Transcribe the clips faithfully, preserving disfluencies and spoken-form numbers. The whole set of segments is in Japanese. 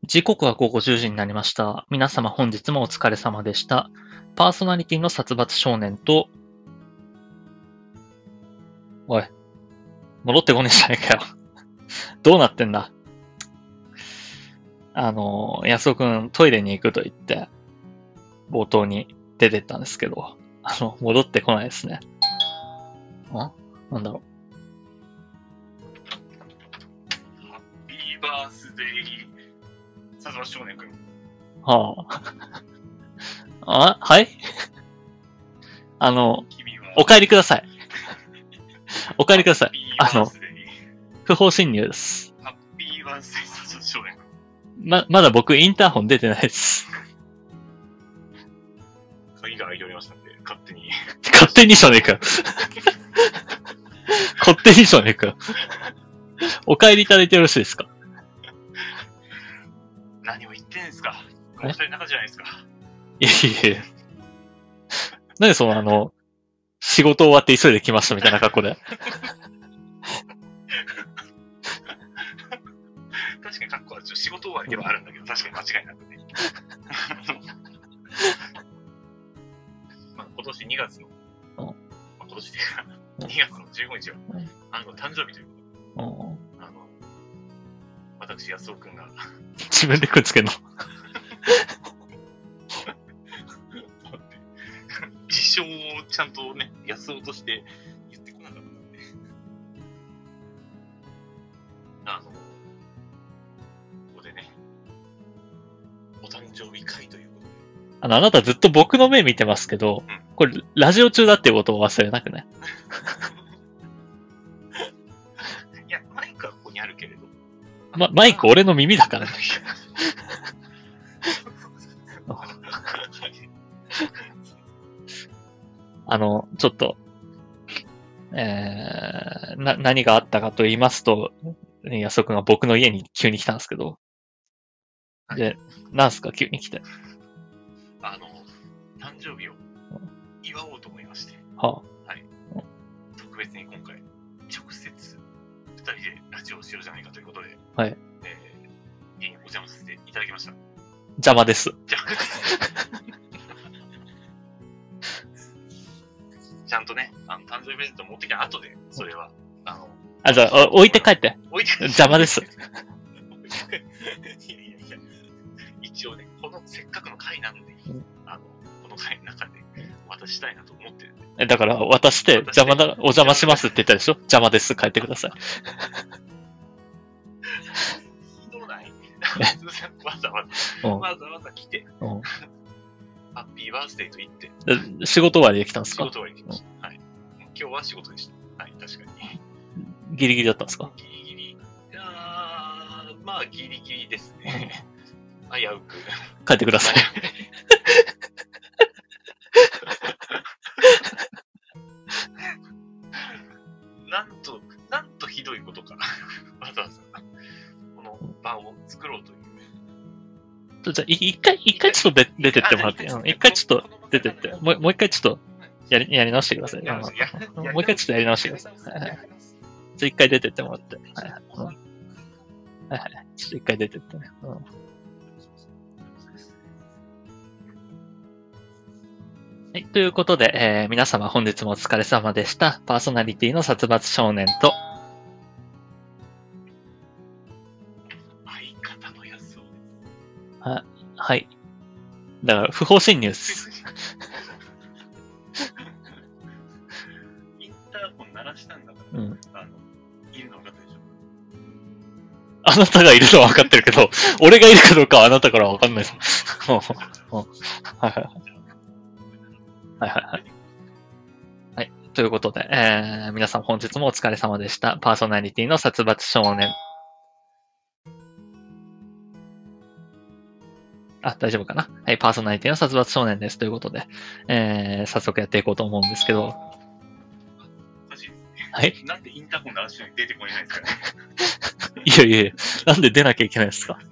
時刻は午後じゅうじになりました。皆様本日もお疲れ様でした。パーソナリティの殺伐少年と、おい、戻ってこねえじゃねえかよ。どうなってんだ。あの、安尾くんトイレに行くと言って、冒頭に出てったんですけど、あの、戻ってこないですね。んなんだろう。 ハッピーバースデー、殺伐少年くん。 はあ。あ、はいあの、お帰りください。お帰りください。あの、不法侵入です。 ハッピーバースデー、殺伐少年くん。 ま、まだ僕インターホン出てないです。 鍵が開いておりましたんで、勝手に。 勝手にじゃねえかよ。勝手にじゃねえかよ。お帰りいただいてよろしいですか？ 何を言ってんですか？お二人の中じゃないですか。 いやいやいや。なんでそのあの、仕事終わって急いで来ましたみたいな格好で。 確かに格好は仕事終わりではあるんだけど、確かに間違いなくね。まあ今年にがつの、まあ、今年でにがつのじゅうごにちは、あの誕生日ということで、あの私、安尾くんが自分でくっつけんの自称をちゃんとね、安尾として言ってこなかったんで、あの、ここでね、お誕生日会ということで。 あの、あなたずっと僕の目見てますけど、うん、これ、ラジオ中だっていうことを忘れなくね。 いや、マイクはここにあるけれど。 ま、マイク俺の耳だからね。あの、ちょっと、えー、な、何があったかと言いますと、安尾くんが僕の家に急に来たんですけど、はい、で、なんすか急に来て。 あの、誕生日を祝おうと思いまして、 はあ、はい。特別に今回、直接、二人でラジオをしようじゃないかということで、 はい。 えー、家にお邪魔させていただきました。 邪魔です。 邪魔です。ちゃんとね、あの、誕生日プレゼント持ってきた後で、それは、あの、 あ、じゃあ、置いて帰って。 置いて帰って。 邪魔です。いやいやいや、一応ね、このせっかくの会なので、うん、あの、この会の中で渡したいなと思ってるんで。 え、だから渡して、邪魔だ、お邪魔しますって言ったでしょ？邪魔です。帰ってください。 ひどないわざわざ、わざわざ来て。うんハッピーバースデーと言って。 仕事終わりで来たんですか？ 仕事終わりで来ました。はい。今日は仕事でした。はい、確かに。 ギリギリだったんですか？ ギリギリ。いやー、まあ、ギリギリですね。危うく。 帰ってください。 なんと、なんとひどいことか。わざわざ、この場を作ろうという。 じゃあ、一回、一回ちょっと出てってもらって、一回ちょっと出てって、もう、もう一回ちょっと、やり、やり直してください。もう一回ちょっとやり直してください。はいはい。じゃあ一回出てってもらって。はいはい。うん、はいはい。ちょっと一回出てってね。うん、はい。ということで、えー、皆様本日もお疲れ様でした。パーソナリティの殺伐少年と、は、はい。だから、不法侵入です。 インターホン鳴らしたんだから、うん、あの、いるの分かったでしょ。 あなたがいるのは分かってるけど、俺がいるかどうかはあなたからは分かんないです。はいはいはい。はいはいはい。はい。ということで、えー、皆さん本日もお疲れ様でした。パーソナリティの殺伐少年。あ、大丈夫かな？はい、パーソナリティの殺伐少年です。ということで、えー、早速やっていこうと思うんですけど。 おかしいですね。 はい。 なんでインターホン鳴らして出てこれないんですかね。 いやいやいや、なんで出なきゃいけないんですか？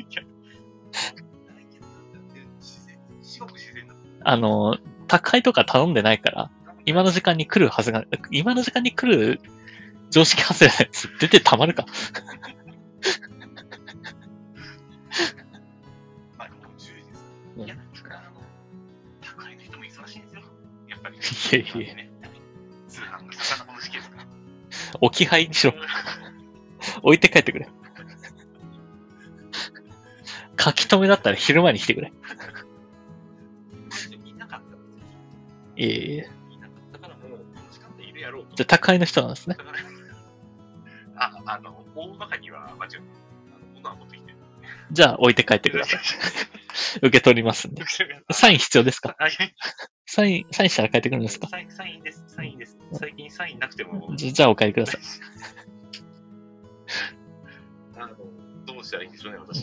あの、宅配とか頼んでないから、今の時間に来るはずが、今の時間に来る常識外れのやつ出てたまるか。 うん、 いや、あの、宅配の人も忙しいんですよ。やっぱり。 いやいや、 ね、通販が魚この時期ですから。 置き配にしろ。置いて帰ってくれ。書き留めだったら昼間に来てくれ。 いなかったんですよ。 いえいえ。 いなかったからもう、時間でいるやろうと。 じゃあ、宅配の人なんですね。 あ、あの、大バカには間違う。あの、物は持ってきてる。 じゃあ、置いて帰ってください。受け取りますんで。サイン必要ですか？サイン、サインしたら帰ってくるんですか？ サイン、サインです。サインです。最近サインなくても。 じゃあ、お帰りください。 あの、どうしたらいいんでしょうね、私。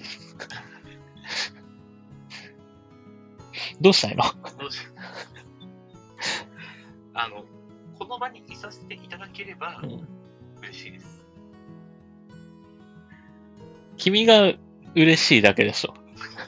どうしたいの？ どうしあの、この場にいさせていただければ、嬉しいです。うん、 君が嬉しいだけでしょ。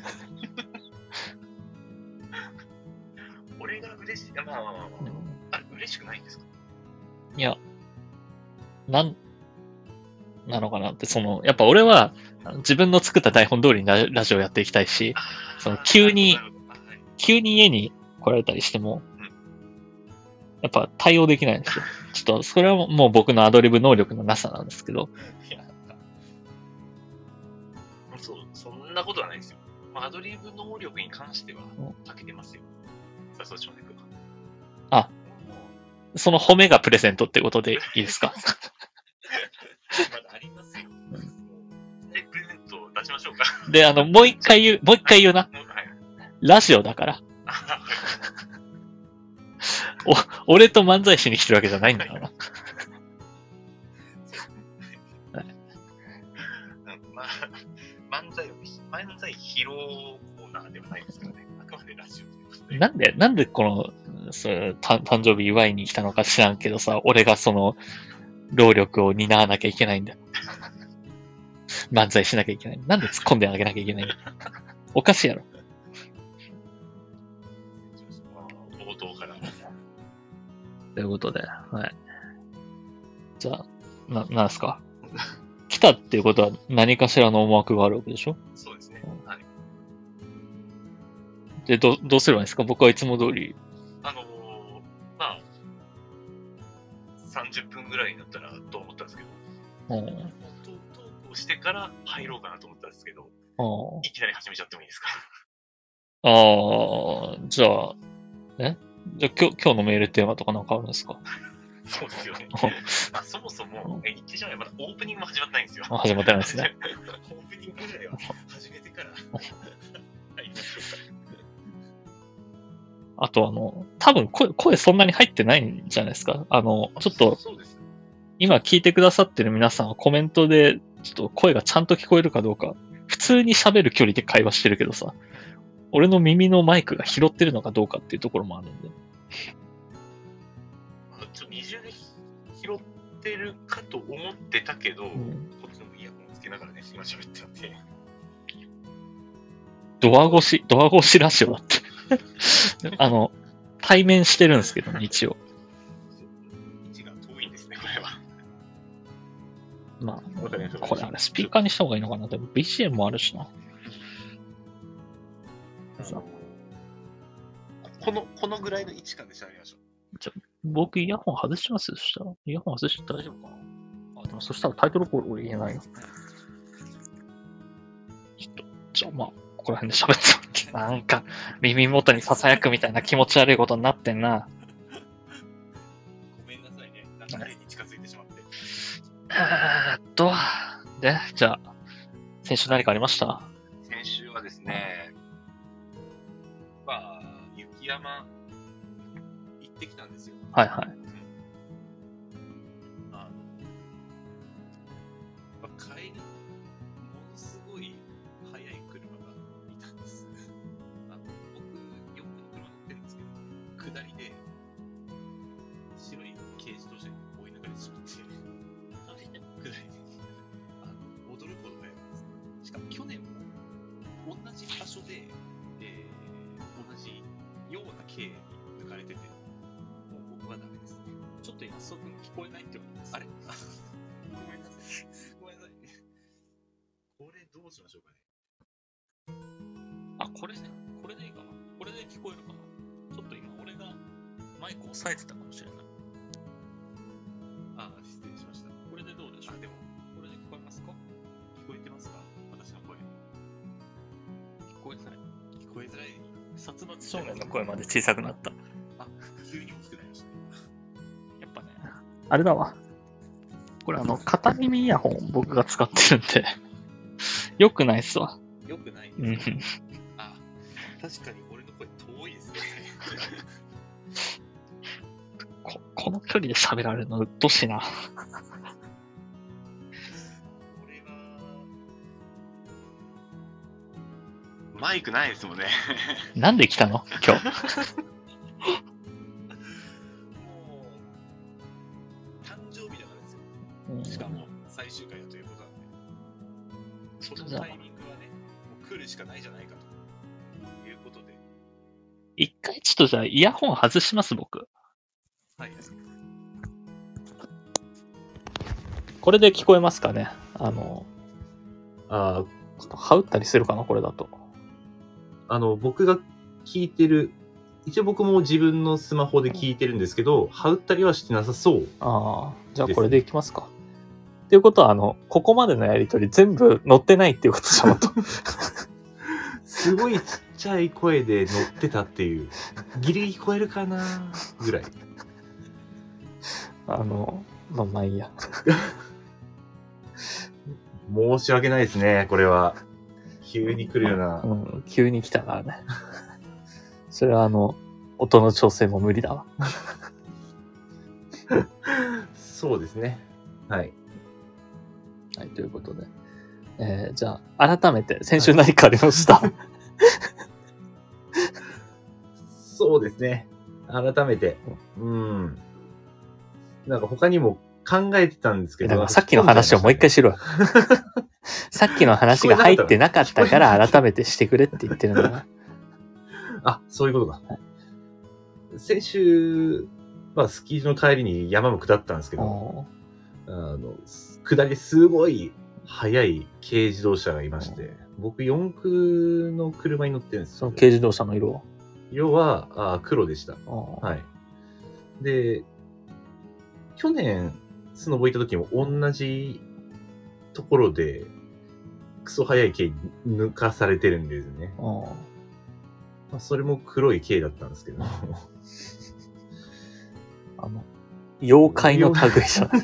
俺が嬉しい。まあまあまあまあ。あれ、嬉しくないんですか？ いや、なん、なのかなって、その、やっぱ俺は自分の作った台本通りにララジオやっていきたいし、その急に、急に家に来られたりしても、やっぱ対応できないんですよ。ちょっと、それはもう僕のアドリブ能力のなさなんですけど。 いや、そう、そんなことはないですよ。アドリブ能力に関しては、長けてますよ。さあ、そっちもね。 あ、その褒めがプレゼントってことでいいですか？ まだありますよ。え、プレゼント出しましょうか。 で、あの、もう一回言う、もう一回言うな。はい、ラジオだから。お、俺と漫才しに来てるわけじゃないんだからな。 はい、まあ、漫才を、漫才披露コーナーではないですからね。あくまでラジオ。 なんで、なんでこの、それ誕生日祝いに来たのか知らんけどさ、俺がその、労力を担わなきゃいけないんだ。漫才しなきゃいけない。なんで突っ込んであげなきゃいけないんだ。おかしいやろ。 冒頭から。 ということで、はい。じゃあ、な、なんすか。来たっていうことは何かしらの思惑があるわけでしょ？ そうですね。はい。 で、ど、どうすればいいんですか？僕はいつも通り。 あのー、まあ、さんじゅっぷんぐらいになったらと思ったんですけど、うん。トークをしてから入ろうかなと思ったんですけど、いきなり始めちゃってもいいですか？ ああ、じゃあ、えじゃあ今日、今日のメールテーマとかなんかあるんですか？ そうですよね。まあ、そもそも、え、言ってしまえばまだオープニングも始まってないんですよ。 始まってないですね。 オープニングぐらいは始めてから入りましょうか。 あとあの、多分声、声そんなに入ってないんじゃないですか。あの、ちょっと、今聞いてくださってる皆さんはコメントで、ちょっと声がちゃんと聞こえるかどうか、普通に喋る距離で会話してるけどさ、俺の耳のマイクが拾ってるのかどうかっていうところもあるんで。 ちょっと二重で拾ってるかと思ってたけど、うん、こっちのイヤホンつけながらね、今喋ってたんで。 ドア越し、ドア越しラジオだって。あの、対面してるんですけどね、一応。 位置が遠いんですね、これは。 まあ、これあれスピーカーにした方がいいのかな。でも ビージーエム もあるしな。 この、このぐらいの位置感で喋りましょう。 じゃ僕イヤホン外しますよ、そしたら。イヤホン外して大丈夫かな。あ、でもそしたらタイトルコール俺言えないよ。ちょっと、じゃあまあ、ここら辺で喋ってた。なんか、耳元に囁くみたいな気持ち悪いことになってんな。 ごめんなさいね。なんか変に近づいてしまって。 えーっと、で、じゃあ、先週何かありました？ 先週はですね、まあ、雪山行ってきたんですよ。 はいはい。 あの、まあ、帰り、ものすごい速い車がいたんです。あの僕、よくの車乗ってるんですけど、下りで、白い軽自動車に追い抜かれてしまって、下りで、あの驚くほど速いです。しかも去年も同じ場所で、えー、同じような軽に抜かれてて、もう僕はダメですね。ちょっと今、そうくん聞こえないって言われます。あれごめんなさい。ごめんなさい。これどうしましょうかね。あ、これね。これでいいか。 聞こえるかな。ちょっと今俺がマイク押さえてたかもしれない。 あ、失礼しました。 これでどうでしょう。 あ、でも、 これで聞こえますか？ 聞こえてますか？私の声。 聞こえづらい。 聞こえづらい。 殺伐少年の声まで小さくなった。 あ、急に大きくなりましたね。 やっぱね、あれだわ。これあの、片耳イヤホン僕が使ってるんで、よくないっすわ。 よくないうん。 ですね。あ、確かに俺の声遠いですね。 こ、この距離で喋られるのうっとしいな。 これは、マイクないですもんね。 なんで来たの今日。 もう、誕生日だからですよ。 うんしかも最終回だということなんで、そのタイミングはね、もう来るしかないじゃないかということで、 一回ちょっとじゃあイヤホン外します僕。 はいはい。 これで聞こえますかね。あの、 あちょっと羽打ったりするかなこれだと。 あ、あの、僕が聞いてる、一応僕も自分のスマホで聞いてるんですけど、羽打ったりはしてなさそう。 ああ、じゃあこれでいきますか。っていうことは、あの、ここまでのやりとり全部載ってないっていうことじゃんと。 すごいちっちゃい声で乗ってたっていう。ギリギリ聞こえるかなぐらい。 あの、まあまあいいや。 申し訳ないですね、これは。急に来るような。 うん、急に来たからね。それはあの、音の調整も無理だわ。 そうですね。はい。 はい、ということで。えー、じゃあ、改めて、先週何かありました、はい、 そうですね。改めて。うん。なんか他にも考えてたんですけど。 だからさっきの話をもう一回しろよ。さっきの話が入ってなかったから改めてしてくれって言ってるんだな。 あ、そういうことか。はい、先週、まあ、スキー場の帰りに山も下ったんですけど、あの、下りですごい速い軽自動車がいまして、僕四駆の車に乗ってるんですよ。 その軽自動車の色は色はあ黒でした。はい。で、去年、スノボ行った時も同じところで、クソ速い軽抜かされてるんですね。まあ、それも黒い軽だったんですけど。 あの、妖怪の類じゃない。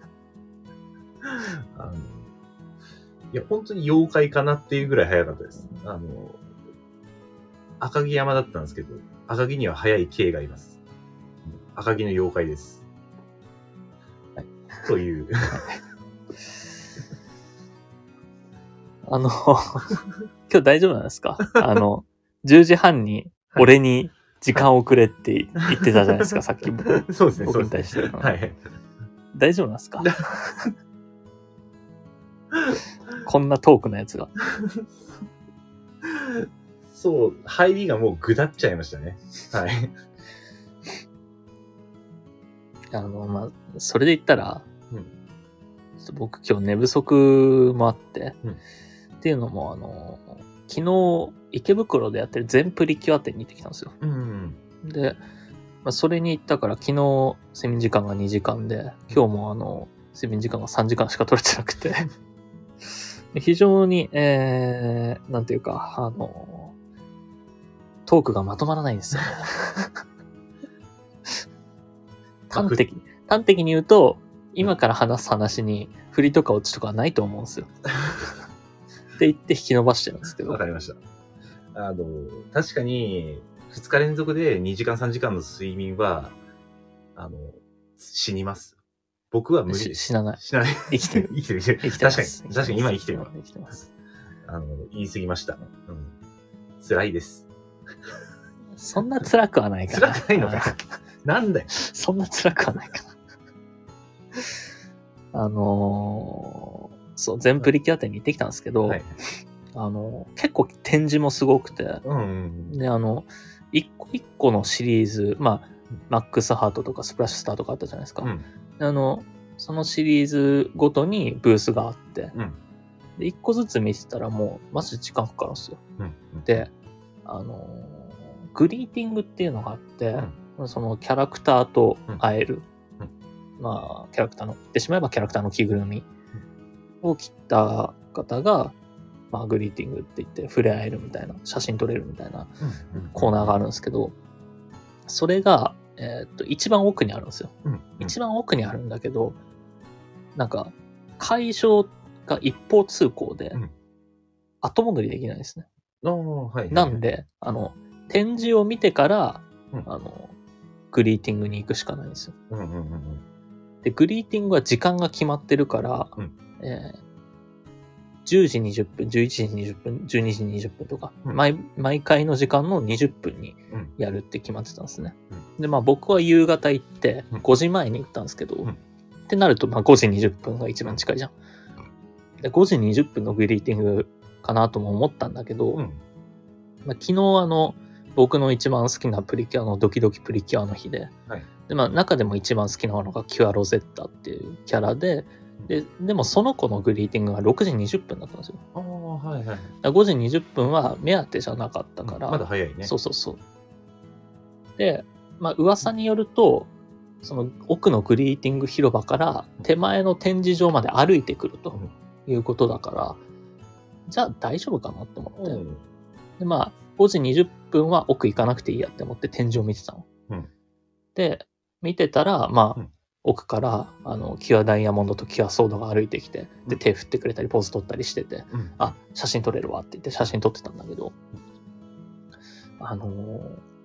あの、いや、本当に妖怪かなっていうぐらい速かったです。あの、赤城山だったんですけど、赤城には速い軽がいます。赤城の妖怪です。はい。という。 あの、今日大丈夫なんですか？あの、じゅうじはんに俺に時間をくれって言ってたじゃないですか、さっきも。 そうですね、 僕に対して。 はい。大丈夫なんですか？こんなトークのやつが。 そう、入りがもうぐだっちゃいましたね。はい。 あの、まあ、それで言ったら、 うん、 僕今日寝不足もあって、 うん、 っていうのも、あの、昨日池袋でやってる全プリキュア展に行ってきたんですよ。 うんうん、 で、まあ、それに行ったから昨日睡眠時間がにじかんで、今日もあの、睡眠時間がさんじかんしか取れてなくて、非常に、えー、なんていうか、あの、トークがまとまらないんですよね。端的、端的に言うと、今から話す話に振りとかオチとかはないと思うんですよ。って言って引き伸ばしてるんですけど。 わかりました。あの、確かに、ふつか連続でにじかんさんじかんの睡眠は、あの、死にます。僕は無理です。 死なない。 死なない。 生きてる。 生きてる、生きてる。 生きてます。 確かに、確かに今生きてるわ。 生きてます。 あの、言い過ぎました。うん。辛いです。 そんな辛くはないかな。 辛くないのかな。なんだよ。 そんな辛くはないかな。あのー、そう、全プリキュア展に行ってきたんですけど、はい、あのー、結構展示もすごくて、 うんうん、 で、あの、一個一個のシリーズ、まあ、マックスハートとかスプラッシュスターとかあったじゃないですか。うん、あの、そのシリーズごとにブースがあって、うん、で、一個ずつ見てたらもう、マジで時間かかるんですよ。うんうん、で、あのー、 グリーティングっていうのがあって、そのキャラクターと会える。まあ、キャラクターの、言ってしまえばキャラクターの着ぐるみを着た方が、まあ、グリーティングって言って触れ合えるみたいな、写真撮れるみたいなコーナーがあるんですけど、それが、えーっと、一番奥にあるんですよ。 うんうん一番奥にあるんだけど、なんか、会場が一方通行でうん、 後戻りできないですね。 ああ、はいはい。 なんで、あの、展示を見てから、 うんあの、グリーティングに行くしかないんですよ。 うんうんうんうん。 で、グリーティングは時間が決まってるから、 うんえーじゅうじにじゅっぷん、じゅういちじにじゅっぷん、じゅうにじにじゅっぷんとか、 うん毎毎回の時間のにじゅっぷんにうんやるって決まってたんですね。 うで、まあ僕は夕方行ってうんごじまえに行ったんですけど、 うんってなるとまあごじにじゅっぷんが一番近いじゃん。で、ごじにじゅっぷんのグリーティングかなとも思ったんだけど、 うんまあ、昨日あの、僕の一番好きなプリキュアのドキドキプリキュアの日で、 はいで、まあ中でも一番好きなのがキュアロゼッタっていうキャラで、で、でもその子のグリーティングがろくじにじゅっぷんだったんですよ。 ああ、はいはい。 だからごじにじゅっぷんは目当てじゃなかったから、 まだ早いね。 そうそうそう。で、まあ噂によると、その奥のグリーティング広場から手前の展示場まで歩いてくるということだから、じゃあ大丈夫かなって思って。 うんで、まあ、ごじにじゅっぷんは奥行かなくていいやって思って展示を見てたの。 うんで、見てたら、まあ、 うん奥から、あの、キュアダイヤモンドとキュアソードが歩いてきて、で、 うん手振ってくれたり、ポーズ取ったりしてて、 うんあ、写真撮れるわって言って写真撮ってたんだけど、あのー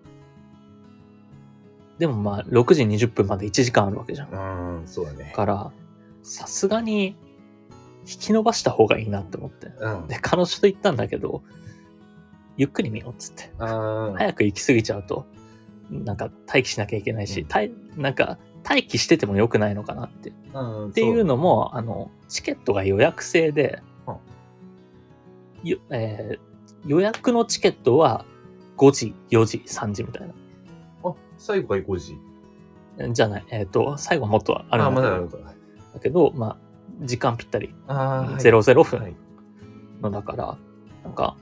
でもまあ、ろくじにじゅっぷんまでいちじかんあるわけじゃん。だうん、そうだね。 から、さすがに、引き伸ばした方がいいなって思って。 うん。 で、彼女と言ったんだけど、ゆっくり見ようっつって。 あ早く行き過ぎちゃうと、なんか待機しなきゃいけないし、 うん待なんか待機してても良くないのかなって。 あ。っっていうのも、あの、チケットが予約制で、 うんよえー予約のチケットはごじ、よじ、さんじみたいあ、最後がごじ。 な。じゃない、えっ、と、最後はもっとあるあ、 んだけど、 まだあるのか。 だけど、まあ、時間ぴったり、 ああ、 ゼロゼロふんはい。 のだから、なんか、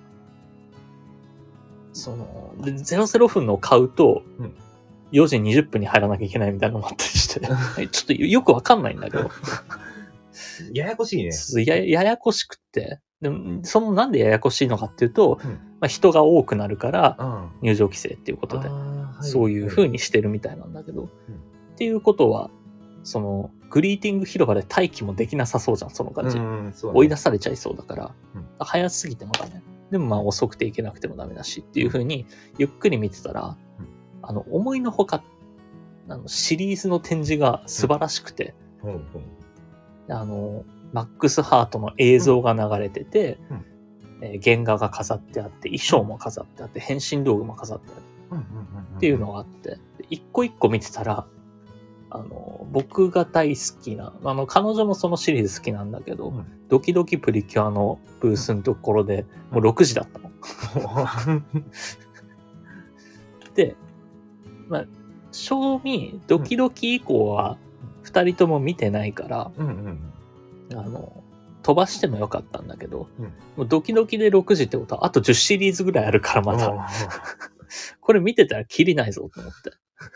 その、でゼロゼロふんのを買うと、 うんよじにじゅっぷんに入らなきゃいけないみたいなのもあったりして、ちょっとよくわかんないんだけど、 ややこしいね。 やややこしくって、でも、そのなんでややこしいのかっていうと、 うんまあ、人が多くなるからうん。 入場規制っていうことで、 あーはいそういう風に。 にしてるみたいなんだけど、っていうことは、その、グリーティング広場で待機もできなさそうじゃん、その感じ。 うん、そうだね追い出されちゃいそうだから、 うん早すぎてもダメ。でもまあ遅くて行けなくてもダメだしっていう風にゆっくり見てたら、 うんあの思いのほかあのシリーズの展示が素晴らしくて、 うんうんあのマックスハートの映像が流れてて、 うんえー原画が飾ってあって衣装も飾ってあって変身道具も飾ってあってうんうんうんっていうのがあって、で一個一個見てたら、あの、僕が大好きな、あの、彼女もそのシリーズ好きなんだけど、 うんドキドキプリキュアのブースのところで、もうろくじだったの。で、まあ、正味、ドキドキ以降は、二人とも見てないから、 うんうんあの、飛ばしてもよかったんだけど、 うんもうドキドキでろくじってことは、あとじゅうシリーズぐらいあるからまうん。 た、これ見てたらキリないぞと思って。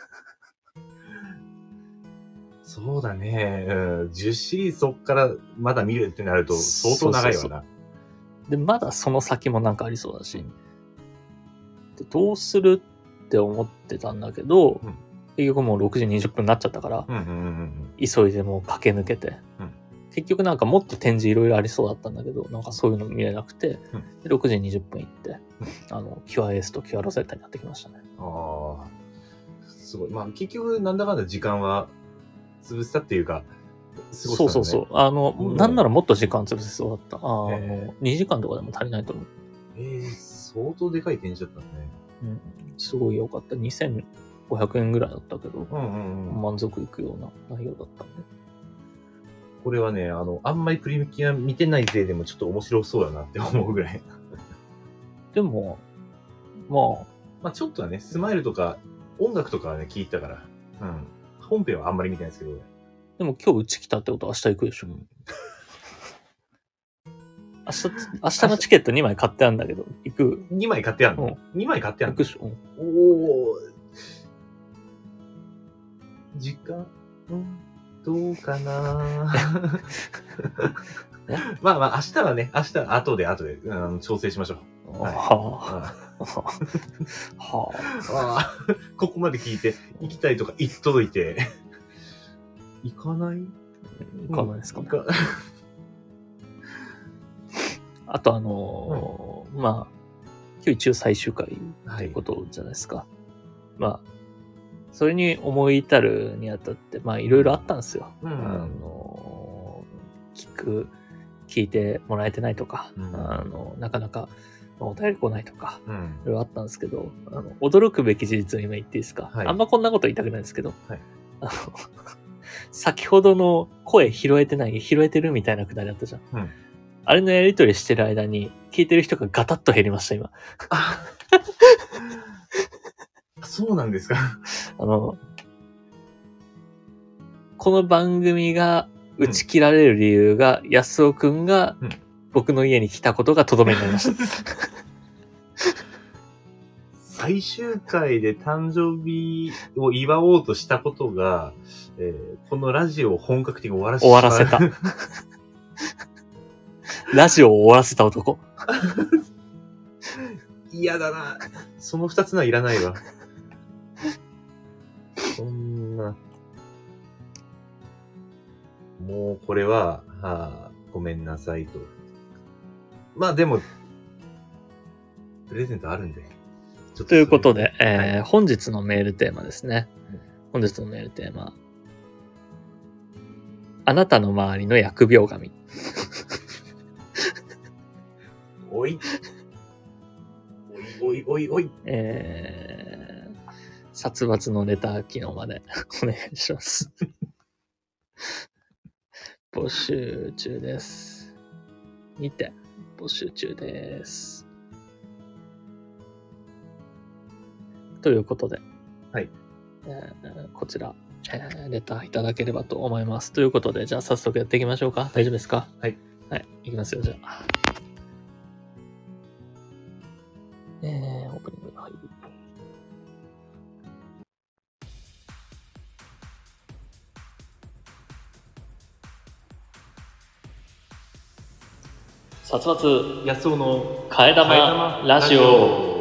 そうだね。うん。じゅうシリーズそっからまだ見るってなると相当長いわそうそうな。 で、まだその先もなんかありそうだし、でどうするって思ってたんだけど、 うん結局もうろくじにじゅっぷんになっちゃったから、 うんうんうん急いでもう駆け抜けて、 うん結局なんかもっと展示いろいろありそうだったんだけど、なんかそういうの見れなくて、 うんでろくじにじゅっぷん行って、あの、キュアエースとキュアロゼッタになってきましたね。 うん。ああ。すごい。まあ結局なんだかんだ時間は潰したっていうか、すごいそうそうそう。あの、 うんなんならもっと時間潰せそうだった。あの、 へにじかんとかでも足りないと思う。 えー、相当でかい展示だったね。 うん、すごい良かった。にせんごひゃくえんぐらいだったけど、 うんうんうん。 満足いくような内容だったんで。 これはね、あの、あんまりプリキュア見てない勢でもちょっと面白そうだなって思うぐらい。 でも、まあ、 まあちょっとはね、スマイルとか音楽とかはね、聞いたから。うん。本編はあんまり見てないですけど。 でも今日うち来たってことは明日行くでしょ。 明日、明日のチケットにまい買ってあるんだけど、行く？ にまい買ってあるの、 うん、 に 枚買ってあるの行くっしょ。 おお。時間、どうかなまあまあ、明日はね、明日は後で後で、うん、調整しましょう。はい、はあ。はあ。ここまで聞いて、行きたいとか言っといて、行かない行かないですかね。あとあのーうん、まあ、今日一応最終回ということじゃないですか。はい、まあ、それに思い至るにあたって、まあいろいろあったんですよ。うん、あのー、聞く、聞いてもらえてないとか、うん、あの、なかなかお便り来ないとか、うん、いろいろあったんですけど、あの、驚くべき事実を今言っていいですか、はい、あんまこんなこと言いたくないんですけど、はい、あの先ほどの声拾えてない、拾えてるみたいなくだりあったじゃん。うん、あれのやりとりしてる間に、聞いてる人がガタッと減りました、今。 あそうなんですか。 あの、この番組が打ち切られる理由が、うん、安尾くんが僕の家に来たことがとどめになりました。 最終回で誕生日を祝おうとしたことが、えー、このラジオを本格的に終わらせ終わらせた。ラジオを終わらせた男。 嫌だな。その二つはいらないわ。そんな。もうこれは、はあ、ごめんなさいと。まあでも、プレゼントあるんで。 ちょっとということで、えーはい、本日のメールテーマですね。本日のメールテーマ。あなたの周りの疫病神。 おい。おいおいおいおい。 えー、殺伐のレター機能までお願いします。募集中です。にて募集中です。ということで、 はい。 えー、こちら、えー、レターいただければと思います。ということで、じゃあ早速やっていきましょうか。大丈夫ですか？ はい。 はい、いきますよ、じゃあ。えー、オープニング、はい。殺伐安尾の替え玉ラジオ。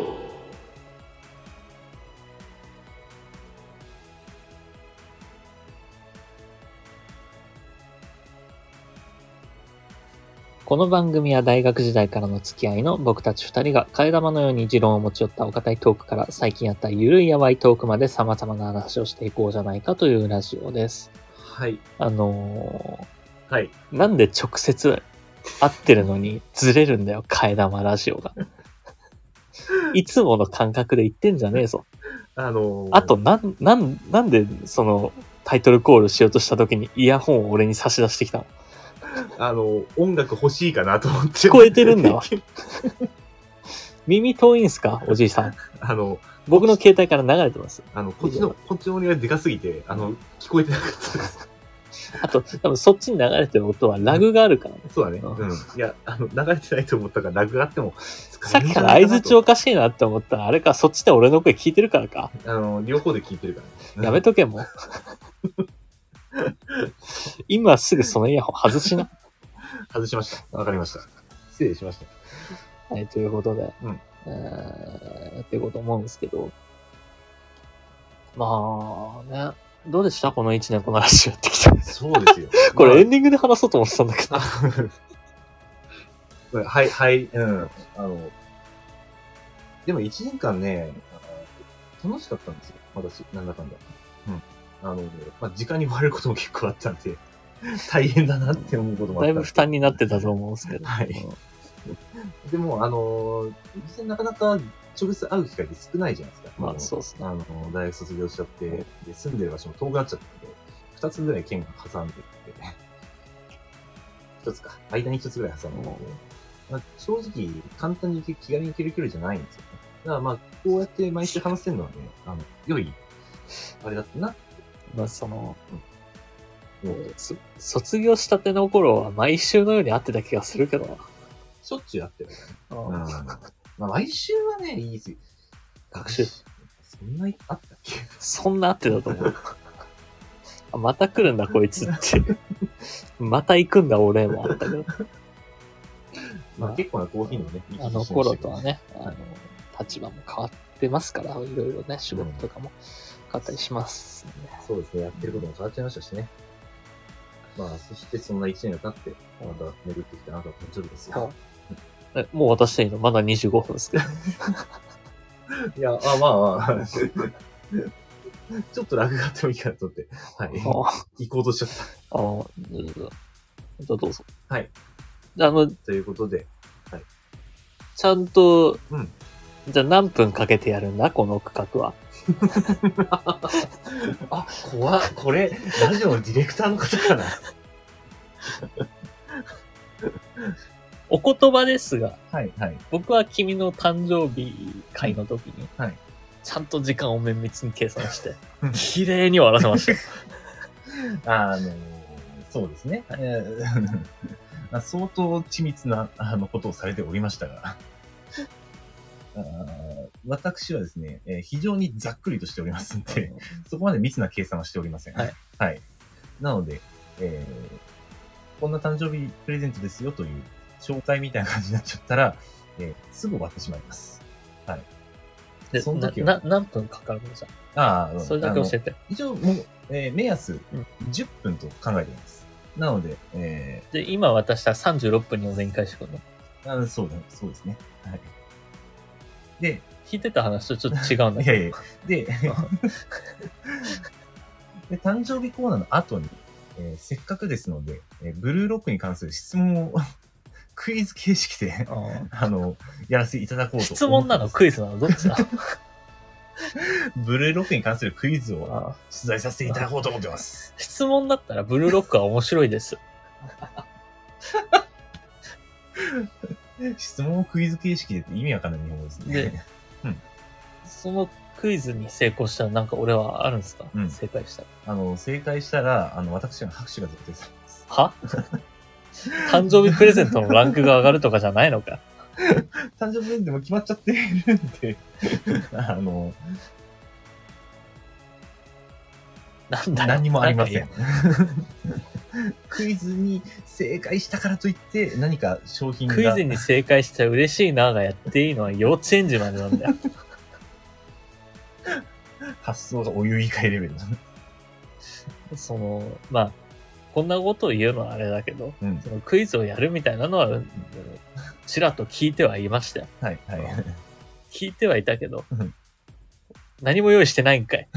この番組は大学時代からの付き合いの僕たち二人が替え玉のように持論を持ち寄ったお堅いトークから最近あったゆるいやばいトークまで様々な話をしていこうじゃないかというラジオです。 はい。 あのー、はい。 なんで直接会ってるのにずれるんだよ、替え玉ラジオが。いつもの感覚で言ってんじゃねえぞ。 あのー、 あと、なん、なん、なんでそのタイトルコールしようとした時にイヤホンを俺に差し出してきたの？ あの、音楽欲しいかなと思って。 聞こえてるんだわ。耳遠いんすか、おじいさん。 あの、 僕の携帯から流れてます。 あの、こっちの、こっちの音がでかすぎて、あの、聞こえてなかったです。 あと、多分そっちに流れてる音はラグがあるからね。 そうだね。うん。いや、あの、流れてないと思ったからラグがあってもさっきから相槌おかしいなって思ったら、あれか、そっちで俺の声聞いてるからか。 あの、両方で聞いてるから、 ね。やめとけ、もう。今すぐそのイヤホン外しな。 外しました。わかりました。失礼しました。 はい、ということで、 うん、 えー、やっていこうと思うんですけど。まあ、ね。どうでしたこの一年この話やってきて。 そうですよ。 これエンディングで話そうと思ってたんだけど。 はい、はい、うん。あの、でも一年間ね、楽しかったんですよ。私、なんだかんだ。うん。あの、まあ、時間に追われることも結構あったんで、大変だなって思うこともあった。 だいぶ負担になってたと思うんですけど。 はい。でも、あの、実際なかなか直接会う機会って少ないじゃないですか。 まあ、そうですね。 あの、大学卒業しちゃって、で住んでる場所も遠くなっちゃったので、二つぐらい県が挟んでって、一つか、間に一つぐらい挟んでて、まあ、正直、簡単に気軽に行ける距離じゃないんですよね。だからまあ、こうやって毎週話せるのはね、あの、良い、あれだったなって。 まあ、その、うん、卒業したての頃は毎週のように会ってた気がするけどな。 しょっちゅう会ってるからね。 うんうん。まあ、毎週はね、いいですよ。 学習。 そんなにあったっけ？ そんな合ってたと思う。あ、また来るんだ、こいつって。また行くんだ、俺もあったけど。 まあ、結構なコーヒーのね、 あの頃とはね、あの、立場も変わってますから、いろいろね、仕事とかも変わったりしますんで。 そうですね、やってることも変わっちゃいましたしね。まあ、そしてそんないちねんが経って、また巡ってきたあなたの誕生日ですよ。 え、もう渡していいの？まだにじゅうごふんですけど。 いや、あ、まあまあ、ちょっとラグがあってもいいかなと思って、はい。行こうとしちゃった。 ああ、じゃあどうぞ。 はい。 あの、 ということで、 ちゃんと、 うん。 じゃあ何分かけてやるんだこの区画は。 あ、怖っ。これ、ラジオのディレクターの方かな。 お言葉ですが、 はい、はい。 僕は君の誕生日会の時に、 はい。 ちゃんと時間を綿密に計算して、綺麗に終わらせましたよ。 あの、そうですね。えー相当緻密なあのことをされておりましたが、あ私はですね、えー非常にざっくりとしておりますんで、そこまで密な計算はしておりません。 はい。 はい。なので、えーこんな誕生日プレゼントですよという紹介みたいな感じになっちゃったら、えーすぐ終わってしまいます。はい。 で、 その時はな、な、何分かかるのじゃああ、 それだけ教えて。 一応もう、えー目安うんじゅっぷんと考えています。なので、えで、今渡したらさんじゅうろっぷんに俺に返してくるの。 ー、あそうだ、そうですね。はい。で、 聞いてた話とちょっと違うんだけいやいや、で、で、誕生日コーナーの後に、えーせっかくですので、えーブルーロックに関する質問をクイズ形式で、 ど。 あの、やらせていただこうと。 質問なのクイズなのどっちだブルーロックに関するクイズをあ出題させていただこうと思ってます。 質問だったらブルーロックは面白いです。 質問をクイズ形式でって意味わかんない日本語ですね。 でそのクイズに成功したらなんか俺はあるんですか、 うん正解したら。 あの、正解したら、あの、私の拍手が絶対されます。 は誕生日プレゼントのランクが上がるとかじゃないのか。 誕生日プレゼントも決まっちゃってるんで、あの、 なんだよ何にもありませなんんか言。 クイズに正解したからといって何か商品が。 クイズに正解したら嬉しいながやっていいのは幼稚園児までなんだよ。 発想がお湯以下レベル。 その、まあ、こんなことを言うのはあれだけど、 うん。 そのクイズをやるみたいなのは、うんちらっと聞いてはいましたよ。 はい、はい。 聞いてはいたけどうん、 何も用意してないんかい。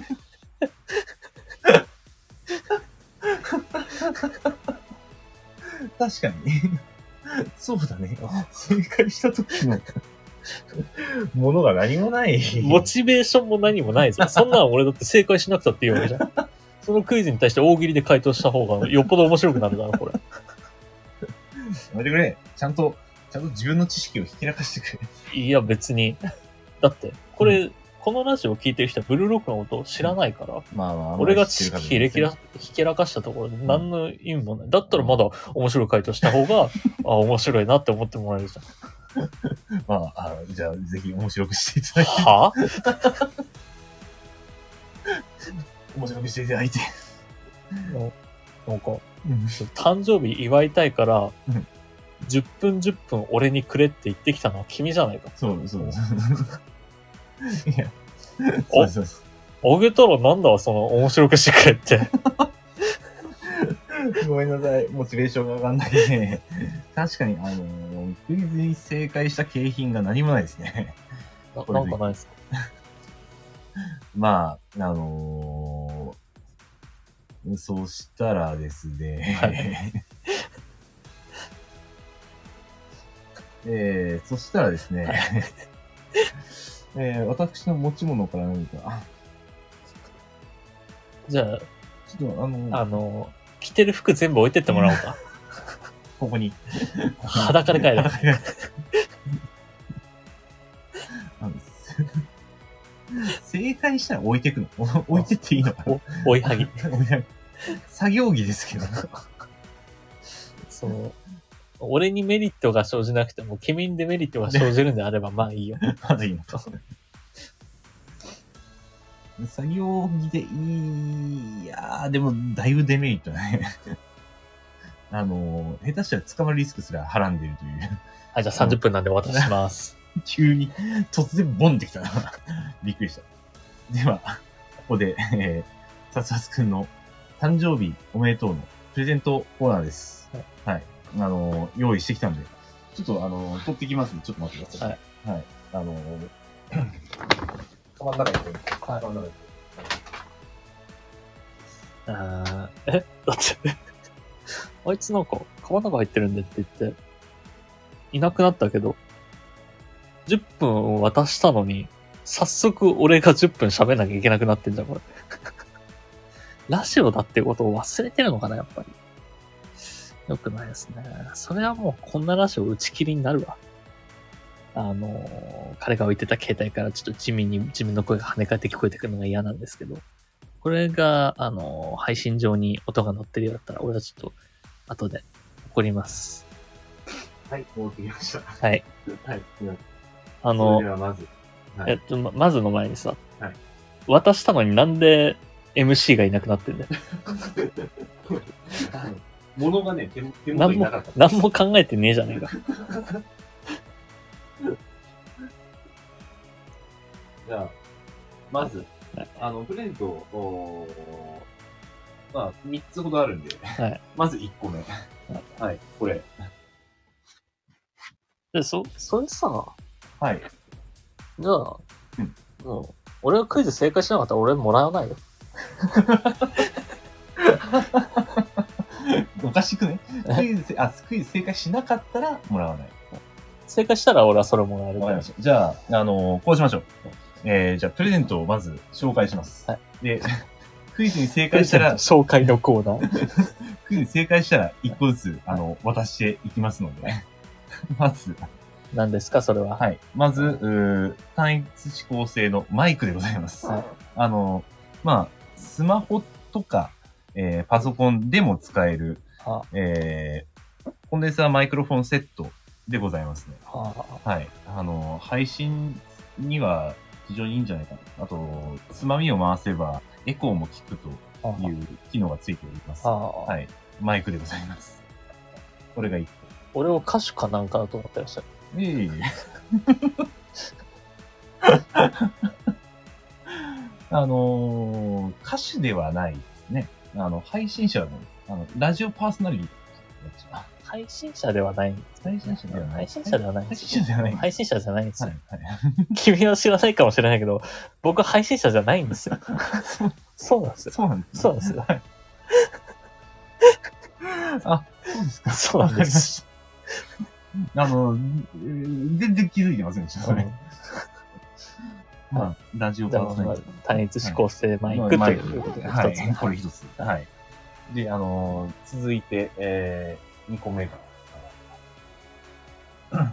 確かに。そうだね。正解した時のものが何もない。 モチベーションも何もないぞ。そんなの俺だって正解しなくたっていいわけじゃん。そのクイズに対して大喜利で回答した方がよっぽど面白くなるだろ、これ。 やめてくれ。ちゃんと、ちゃんと自分の知識をひけらかしてくれ。 いや、別に。だって、これ、うん、このラジオを聞いてる人はブルーロックのことを知らないから、 まあまあ、 俺が知識ひれきらひけらかしたところで何の意味もない。だったらまだ面白い回答した方が、あ、面白いなって思ってもらえるじゃん。 まあ、あじゃあ、ぜひ面白くしていただいて。 は面白くしていただいて。 なんか、 うん、 誕生日祝いたいから、 うん、 じゅっぷんじゅっぷん俺にくれって言ってきたのは君じゃないか。 そうそう。いや、 おそうです。 あげたらなんだその面白くしてくれって。 ごめんなさい。モチベーションが上がんないね。確かに、あのー、クイズに正解した景品が何もないですね。 な, なんかないですかまあ、あのー、そうしたらですね、はい、えー、そしたらですね、はい、えー、私の持ち物から何か。 じゃあ、 ちょっとあのー、 あのー、着てる服全部置いてってもらおうか。 ここに。 裸で帰る。 正解したら置いてくの置いてっていいのかなお追いはぎ。 作業着ですけど。 その、 俺にメリットが生じなくても、君にデメリットが生じるんであれば、まあいいよ。 まだいいのか。作業着でいい、いやー、でも、だいぶデメリットだね。あの、下手したら捕まるリスクすらはらんでるという。 はい、じゃあさんじゅっぷんなんでお渡しします。 急に、突然ボンってきたな。びっくりした。では、ここで、えー、さつさつくんの誕生日おめでとうのプレゼントコーナーです。はい。はい、あの、用意してきたんで、ちょっとあの、取ってきますんで、ちょっと待ってください。はい。はい。あの、カバンの中に入れて、カバンの中に入れて。 あー、えだって、あいつなんか、カバンの中入ってるんでって言って、いなくなったけど、じゅっぷん渡したのに、早速俺がじゅっぷん喋んなきゃいけなくなってんじゃん、これ。ラジオだってことを忘れてるのかな、やっぱり。よくないですね。それはもうこんなラジオ打ち切りになるわ。あの、彼が置いてた携帯からちょっと地味に自分の声が跳ね返って聞こえてくるのが嫌なんですけど、これが、あの、配信上に音が乗ってるようだったら、俺はちょっと後で怒ります。 はい、戻ってきました。 はい。 はい。 あの、 それではまず、 はい、えっと、ま、まずの前にさ、 はい、 渡したのになんで エムシー がいなくなってんだよ。 物がね、手手元になかった。 何も、何も考えてねえじゃねえか。 じゃあ、まず、はい、あの、プレゼントを、まあ、みっつほどあるんで、はい、まずいっこめ。はい、はい、これ。 で、そ、それさ、 はい。 じゃあ、うん、もう、俺がクイズ正解しなかったら俺もらわないよ。 おかしくね？クイズ、あ、クイズ正解しなかったらもらわない。 正解したら俺はそれもらえる。 わかりました。じゃあ、あのー、こうしましょう。えー、じゃあ、プレゼントをまず紹介します。はい。で、クイズに正解したら、 紹介のコーナー。 クイズに正解したらいっこずつ、あの、渡していきますので、まず、 何ですか、それは。 はい。まず、う単一指向性のマイクでございます。はい、あの、まあ、スマホとか、えー、パソコンでも使える、はあ、えー、コンデンサーマイクロフォンセットでございますね。はあ、はい。あの、配信には非常にいいんじゃないかな。あと、つまみを回せば、エコーも効くという機能がついております。はあ、はい。マイクでございます。これがいっこ。 俺を歌手かなんかだと思ってらっしゃる。 ええあのー、歌手ではないですね。あの、配信者の、あの、ラジオパーソナリティ。 配信者ではないんです。 配信者ではない。 配信者ではない。 配信者ではない。 配信者じゃないんですよ。 はいはい、 君は知らないかもしれないけど、僕は配信者じゃないんですよ。そうなんですよ。 そうなんです、 ね。そうなんですよ。はい、 あ、そうですか。 そうなんです。 あの、全然気づいてませんでしたね。まあ、ラジオパーソナリティ。 単一指向性マイクということで、 はい、これ一つ。はい。で、あのー、続いて、えー、にこめが。あ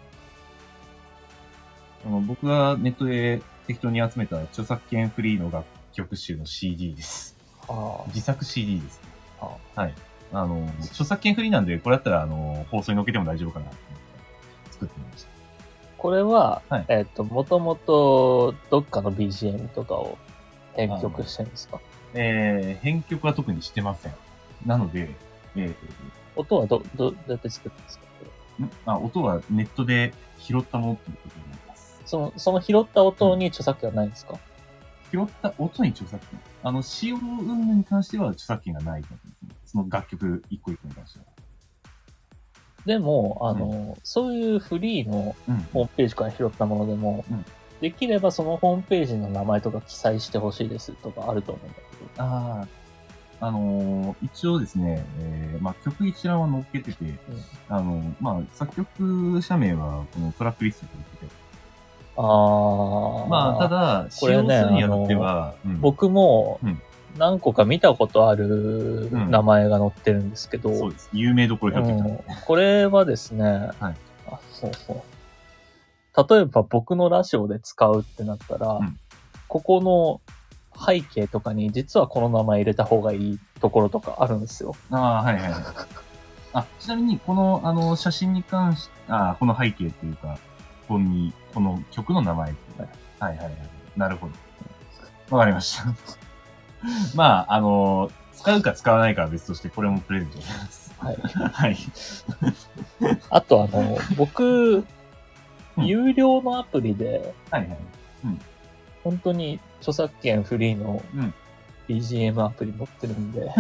の僕がネットで適当に集めた著作権フリーの楽曲集の シーディー です。あ自作 シーディー ですね。あはい。あの、著作権フリーなんで、これだったら、あの、放送に載っけても大丈夫かなと思って作ってみました。 これは、はい、えっと、もともと、どっかの ビージーエム とかを編曲してるんですか？ えー、編曲は特にしてません。なので、えー、 音はど、ど、どうやって作ってるんですか？ あ、音はネットで拾ったものっていうことになります。 その、その拾った音に著作権はないんですか？ 拾った音に著作権。あの、使用云々に関しては著作権がないと思うんですね。その楽曲一個一個に関しては。 でも、あの、うん、そういうフリーのホームページから拾ったものでも、うん、できればそのホームページの名前とか記載してほしいですとかあると思うんだけど。ああ、あのー、一応ですね、えー、まあ、曲一覧は載っけてて、うん、あの、まあ、作曲者名はこのトラックリストに載ってて、ああ。まあ、ただ、使用するにあたっては、 ねうん、僕も、何個か見たことある名前が載ってるんですけど。うん、 そうです。有名どころで、 うん、これはですね、はい、あ、そうそう。例えば僕のラジオで使うってなったら、うん、ここの背景とかに実はこの名前入れた方がいいところとかあるんですよ。 ああ、はいはい。 あ、ちなみに、この、あの、写真に関し、あ、この背景っていうか、ここに、この曲の名前っていうか、はいはいはい。なるほど。わかりました。まあ、あの、使うか使わないかは別として、これもプレゼントします。 はい。 はい。 あと、あの、僕、 うん有料のアプリで、 はいはい。 本当に著作権フリーのうんビージーエム アプリ持ってるんで、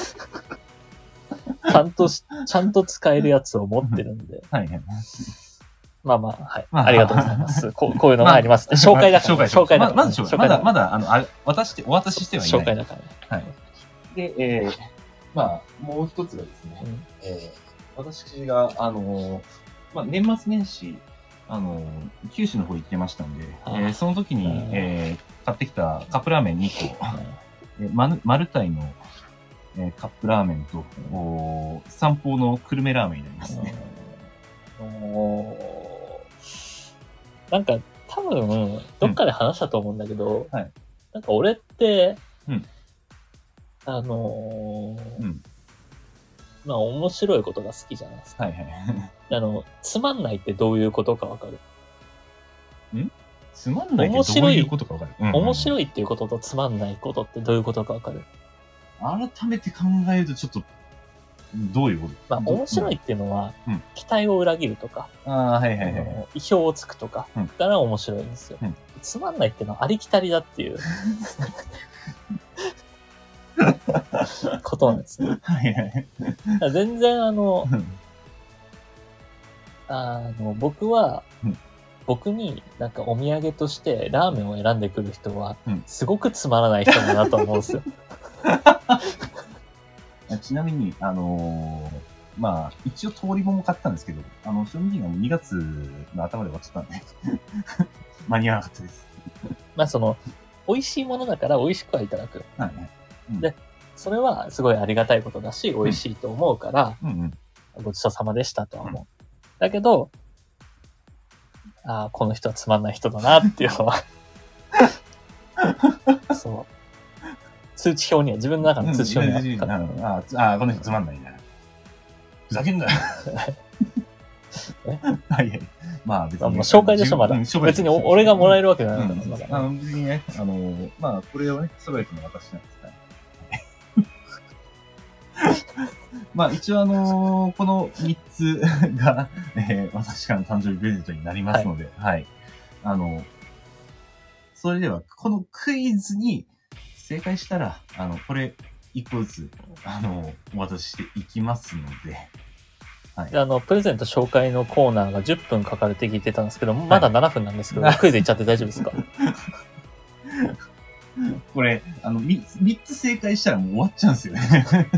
ちゃんとし、ちゃんと使えるやつを持ってるんで、 はいはい。 まあまあ、はい。 まあありがとうございます。こうこういうのがありますね。紹介だから、ね。 紹介紹介だから、 ままず紹介。まだ、まだ、あの、あ渡して、お渡ししてはいない。 紹介だからね。 はい。で、えー、まあ、もう一つがですね、 うんえー、私が、あのー、まあ、年末年始、あのー、九州の方行ってましたんで、 あえー、その時に、 うんえー、買ってきたカップラーメンにこ、えー、マルマルタイの、えー、カップラーメンと、お三宝の久留米ラーメンになりますね。 おーなんか、多分、どっかで話したと思うんだけど、 うんはいなんか俺って、 うんあのーうん。 まあ面白いことが好きじゃないですか。 はいはい。 あの、つまんないってどういうことかわかる、 つまんないってどういうことかわかる、うんうんうん、 面白いっていうこととつまんないことってどういうことかわかる？ 改めて考えるとちょっと、どういうことまあど面白いっていうのは、 うん期待を裏切るとか、 ああ、はいはいはい。 あの意表をつくとか、 うんから面白いんですよ、 うんつまんないっていうのはありきたりだっていうことなんですよ。 はいはい。 だから全然あの、 うんあの、僕は、 うん僕になんかお土産としてラーメンを選んでくる人はうん、 すごくつまらない人だなと思うんですよ。 ちなみに、あのー、まあ、一応通りもも買ったんですけど、あの、賞味期限がもうにがつの頭で終わっちゃったんで、間に合わなかったです。 まあその、美味しいものだから美味しくはいただく。 はいはい。 で、それはすごいありがたいことだし、美味しいと思うから、 うんうん。 ごちそうさまでしたとは思う。だけど、ああ、この人はつまんない人だなっていうのは、そう。通知表には、自分の中の通知表にはうんうんああ、この人つまんないな。ふざけんなよ。はいはい。まあ別に。 あもう紹介でしょ、まだ。 うん紹介別にお俺がもらえるわけじゃないから、 うんまだ。 あの別にね、あの、まあこれをね、そばえての私なんですから。まあ一応あのーこのみっつが、えー私からの誕生日プレゼントになりますので、はい。あの、それでは、このクイズに正解したら、あの、これいっこずつ、あの、お渡ししていきますので、はい。 であの、プレゼント紹介のコーナーがじゅっぷんかかるって聞いてたんですけど、まだななふんなんですけど、クイズいっちゃって大丈夫ですか？ これ、あの、みみっつ正解したらもう終わっちゃうんですよね。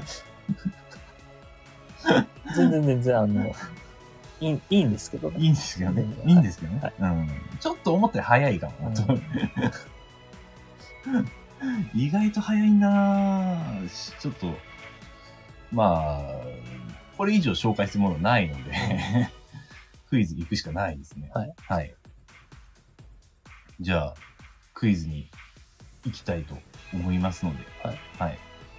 全然全然、あの、いい、いいんですけどね。 いいんですけどね。 全然いいんですけどね。 はいうん。ちょっと思ったより早いかもなと。意外と早いなぁ。ちょっと、まあ、これ以上紹介するものないので、クイズ行くしかないですね。 はい。 はい。じゃあ、クイズに行きたいと思いますので、 はい。 はい。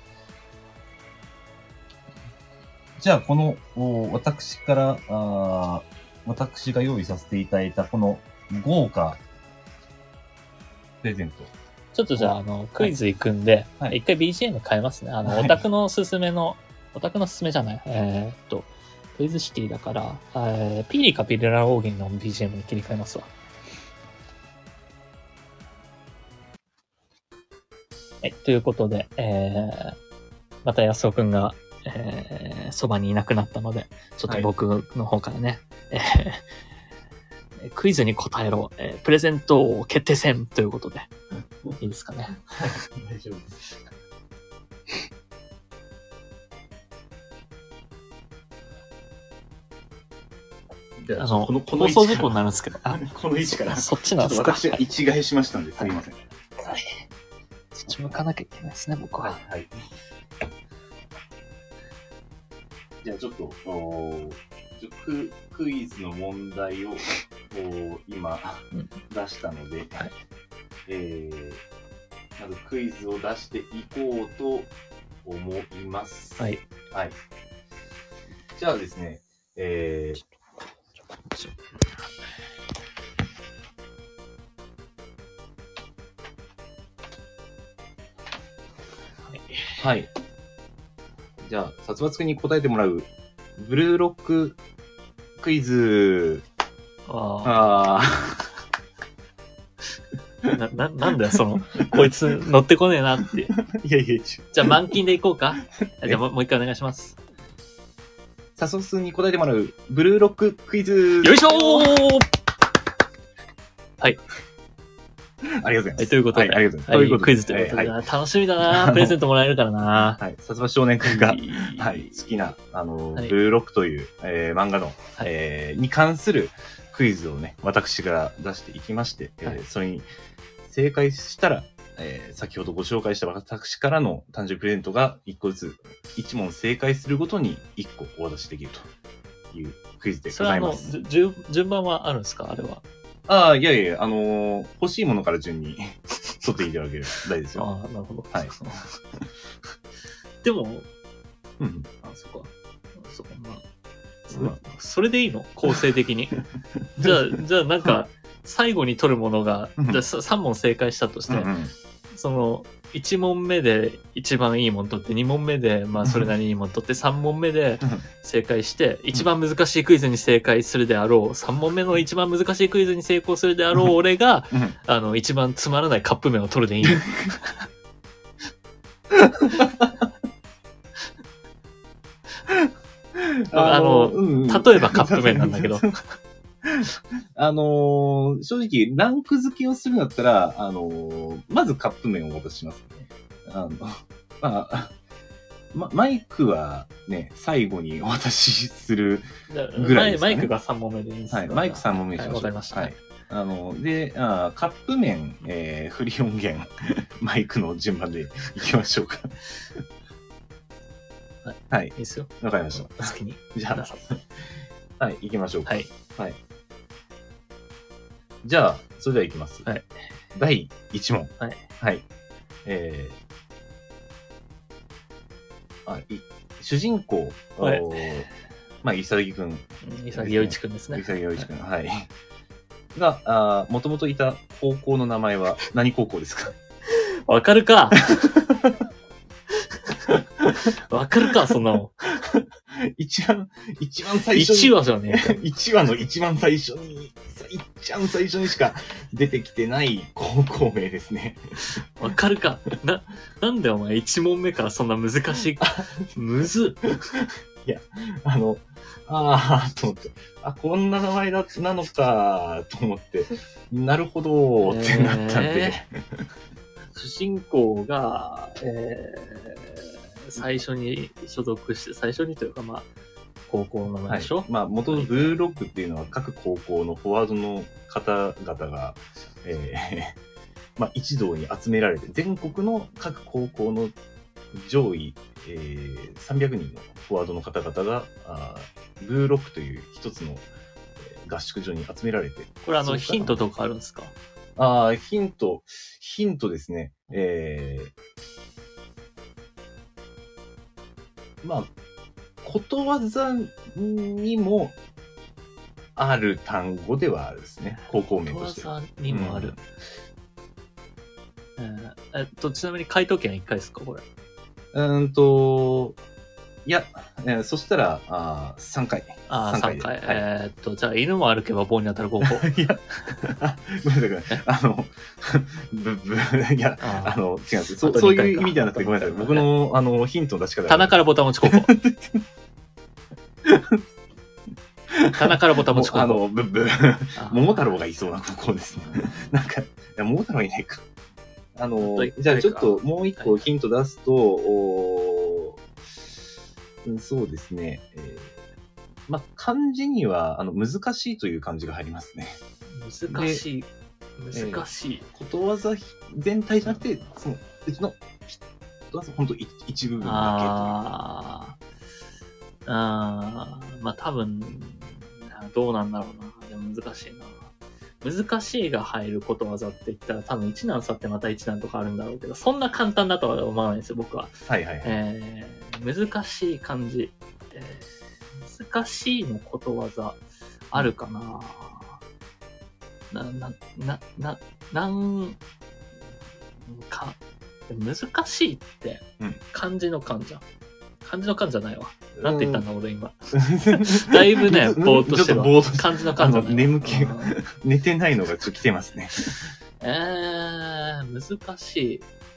じゃあ、この、お私からあ、私が用意させていただいた、この豪華プレゼント。 ちょっとじゃあ、あの、クイズ行くんで、 はい一回 ビージーエム 変えますね。あの、 はいオタクのすすめの、オタクのすすめじゃない、えーっと、クイズシティだから、えー、ピリカピリラ大喜利の ビージーエム に切り替えますわ。はい、ということで、えー、また安尾くんが、えー、そばにいなくなったので、ちょっと僕の方からね、えー、クイズに答えろ、えー、プレゼント決定戦ということで、いいですかね。 大丈夫です。じゃあの、 この、この放送事故になるんですけど、あ、 この位置から、 そっちちょっとなんですか。 私が一概しましたんで、すみません。 はい。そっち向かなきゃいけないですね、僕は。 はい。じゃあちょっと、おちょククイズの問題をお今うん出したので、 はいえー、まずクイズを出していこうと思います。 はい。 はい。 じゃあですね、えー、はい。じゃあ、殺伐くんに答えてもらう、ブルーロッククイズ。 あああ。な、な、なんだよ、その、こいつ乗ってこねえなって。 いやいや、ちょじゃあ満金でいこうか。じゃあもうもう一回お願いします。 殺伐くんに答えてもらう、ブルーロッククイズ。 よいしょーはい。 ありがとうございます。 はい、ということで。 はい、ありがとうございます。 はい、 ということでクイズということで。 はい、 楽しみだなプレゼントもらえるからなはい。殺伐少年くんが、 いいはい、好きな、あの、 はいブルーロックという、えー漫画の、 はいえーに関するクイズをね、私が出していきまして、えーはいそれに正解したら、えー先ほどご紹介した私からの誕生日プレゼントがいっこずつ、いち問正解するごとにいっこお渡しできるというクイズでごそれはあの、 ざいます。 じゅ順順番はあるんですかあれは。 ああ、いやいや、あのー欲しいものから順に取っていただければ大丈夫ですよ。 ああ、なるほど。 はい。 でも、 うん。 あ、そっか。そっか、まあ。それそれでいいの構成的に。じゃあ、じゃあなんか、最後に取るものが、 うんじゃあささん問正解したとして、 うんうんその、いち問目で一番いいもん取って、に問目で、まあそれなりにいいもん取って、さん問目で正解して、一番難しいクイズに正解するであろう、さん問目の一番難しいクイズに成功するであろう、俺が、 うんあの、一番つまらないカップ麺を取るでいいの。あのうんうん例えばカップ麺なんだけど。 あのー正直、ランク付けをするんだったら、あのーまずカップ麺をお渡ししますね。あの、まあ、ま、マイクはね、最後にお渡しする。ぐらいですかねマイマイクがさん問目でいいんですか、 はい、マイクさん問目にしましょう。 はいわかりましたはい。あの、で、あカップ麺、えー、フリー音源、マイクの順番でいきましょうか。 はい。 はい。 いいですよ。 わかりました。 好きに。 じゃあ、はい、行きましょうか。 はい。 はい。じゃあ、それでは行きます。 はい。 だいいち問。 はい。 はい。えー、あ、い、主人公、 はいおーまあ、いさぎくん。 いさぎよいちくんですね。 いさぎよいちくん。はい。が、あもともといた高校の名前は何高校ですか？ わかるかわかるかそんなも一番、一番ん。 最初に。 いちわじゃねえか。 いちわの一番最初に、一番最初にしか出てきてない高校名ですね。 わかるかな、なんでお前いち問目からそんな難しい。むずっ。 あの、あーと思って、あ、こんな名前だ、なのか、と思って、なるほど、ってなったんで。 え主人公が、えー、最初に所属して、最初にというかまあ、高校の名はい前でしょ、。 まあ、元のブルーロックっていうのは各高校のフォワードの方々が、えーまあ、一堂に集められて、全国の各高校の上位、えー、さんびゃくにんのフォワードの方々が、あーブルーロックという一つのえー合宿所に集められて、 これあの、 そうかヒントとかあるんですか？ ああ、ヒント、ヒントですね。えー、まあ、ことわざにもある単語ではあるですね。高校名ことわして。 ざにもある。えーえっと、ちなみに回答権いっかいですかこれ。 うーんと、いや、えーそしたら、あーさんかい。 ああ、 さん 3回。 回ではいえーっと、じゃあ、犬も歩けば棒に当たる高校。 いや、あごめんなさい、ごめんなさい。あの、ぶ、ぶ、いや、 ああの、違うんです。そあとそうにかいかいう意味ではなくて、ごめんなさい。僕の、あの、ヒントの出し方が。 棚からボタン持ち高校。棚からボタン持ち高校。 あの、ぶ、ぶ、 あ桃太郎がいそうな高校ですね。なんか、いや、桃太郎いないか。あのあと一、回じゃあちょっともう一個ヒント出すと、おーうんそうですね。えーまあ、漢字には、あの、難しいという漢字が入りますね。 難しい。難しい。 ことわざ全体じゃなくて、その、うちの、ことわざほんと一一部分だあーあー、まあ多分、どうなんだろうな。でも難しいな。難しいが入ることわざって言ったら多分一難去ってまた一難とかあるんだろうけど、そんな簡単だとは思わないんですよ、僕は。 け。はいはいはい。 えー、難しい漢字。え難しいのことわざあるかな、な、な、な、な、なんか、難しいってうん、 漢字の漢じゃん。漢字の漢じゃないわ。なんて言ったんだ、俺今。 だだいぶね、ぼーっとしてるわ。 ちょっとぼーっと漢字の漢じゃないわ。 あの眠気がうん寝てないのがちょっと来てますね。 えー、難しい。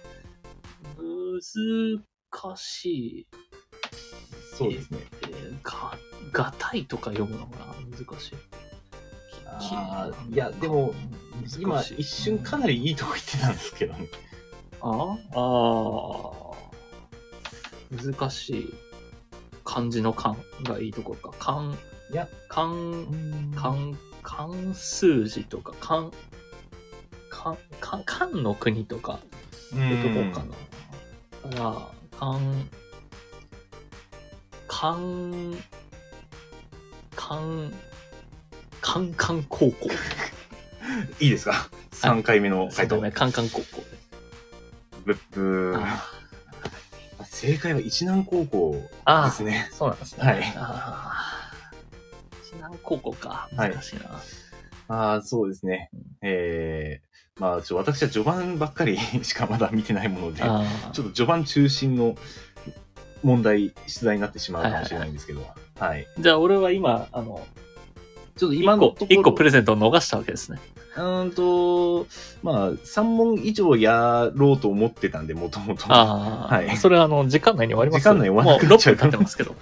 難しい。 そうですね。 えー、が、がたいとか読むのかな難しい。 あーいや、でも、今一瞬かなりいいとこ行ってたんですけどね。 ああー、難しい。漢字の漢がいいところか。漢、 いや、 漢、漢、漢数字とか、漢、漢、漢、漢の国とか、 ういうとこんかな。だから、漢、漢、漢、カンカン高校。 いいですか ?さん 回目の回答。 ね、カンカン高校。 ブッブー。 あ正解は一南高校あですね。 そうなんですね。 はいああ。一南高校か。 はい難しいな。 ああ、そうですね。えー、まあ、ちょ私は序盤ばっかりしかまだ見てないもので、 ああ。 ちょっと序盤中心の問題、出題になってしまうかもしれないんですけど、はい。 じゃあ、俺は今、あの、 ちょっと一今のところ、 個、一個プレゼントを逃したわけですね。 うーんと、まあ、さん問以上やろうと思ってたんで、もともと。 ああ。 はいそれは、あの、時間内に終わります。 時間内に終わらなくなっちゃうもうろっぷん経ってますけど。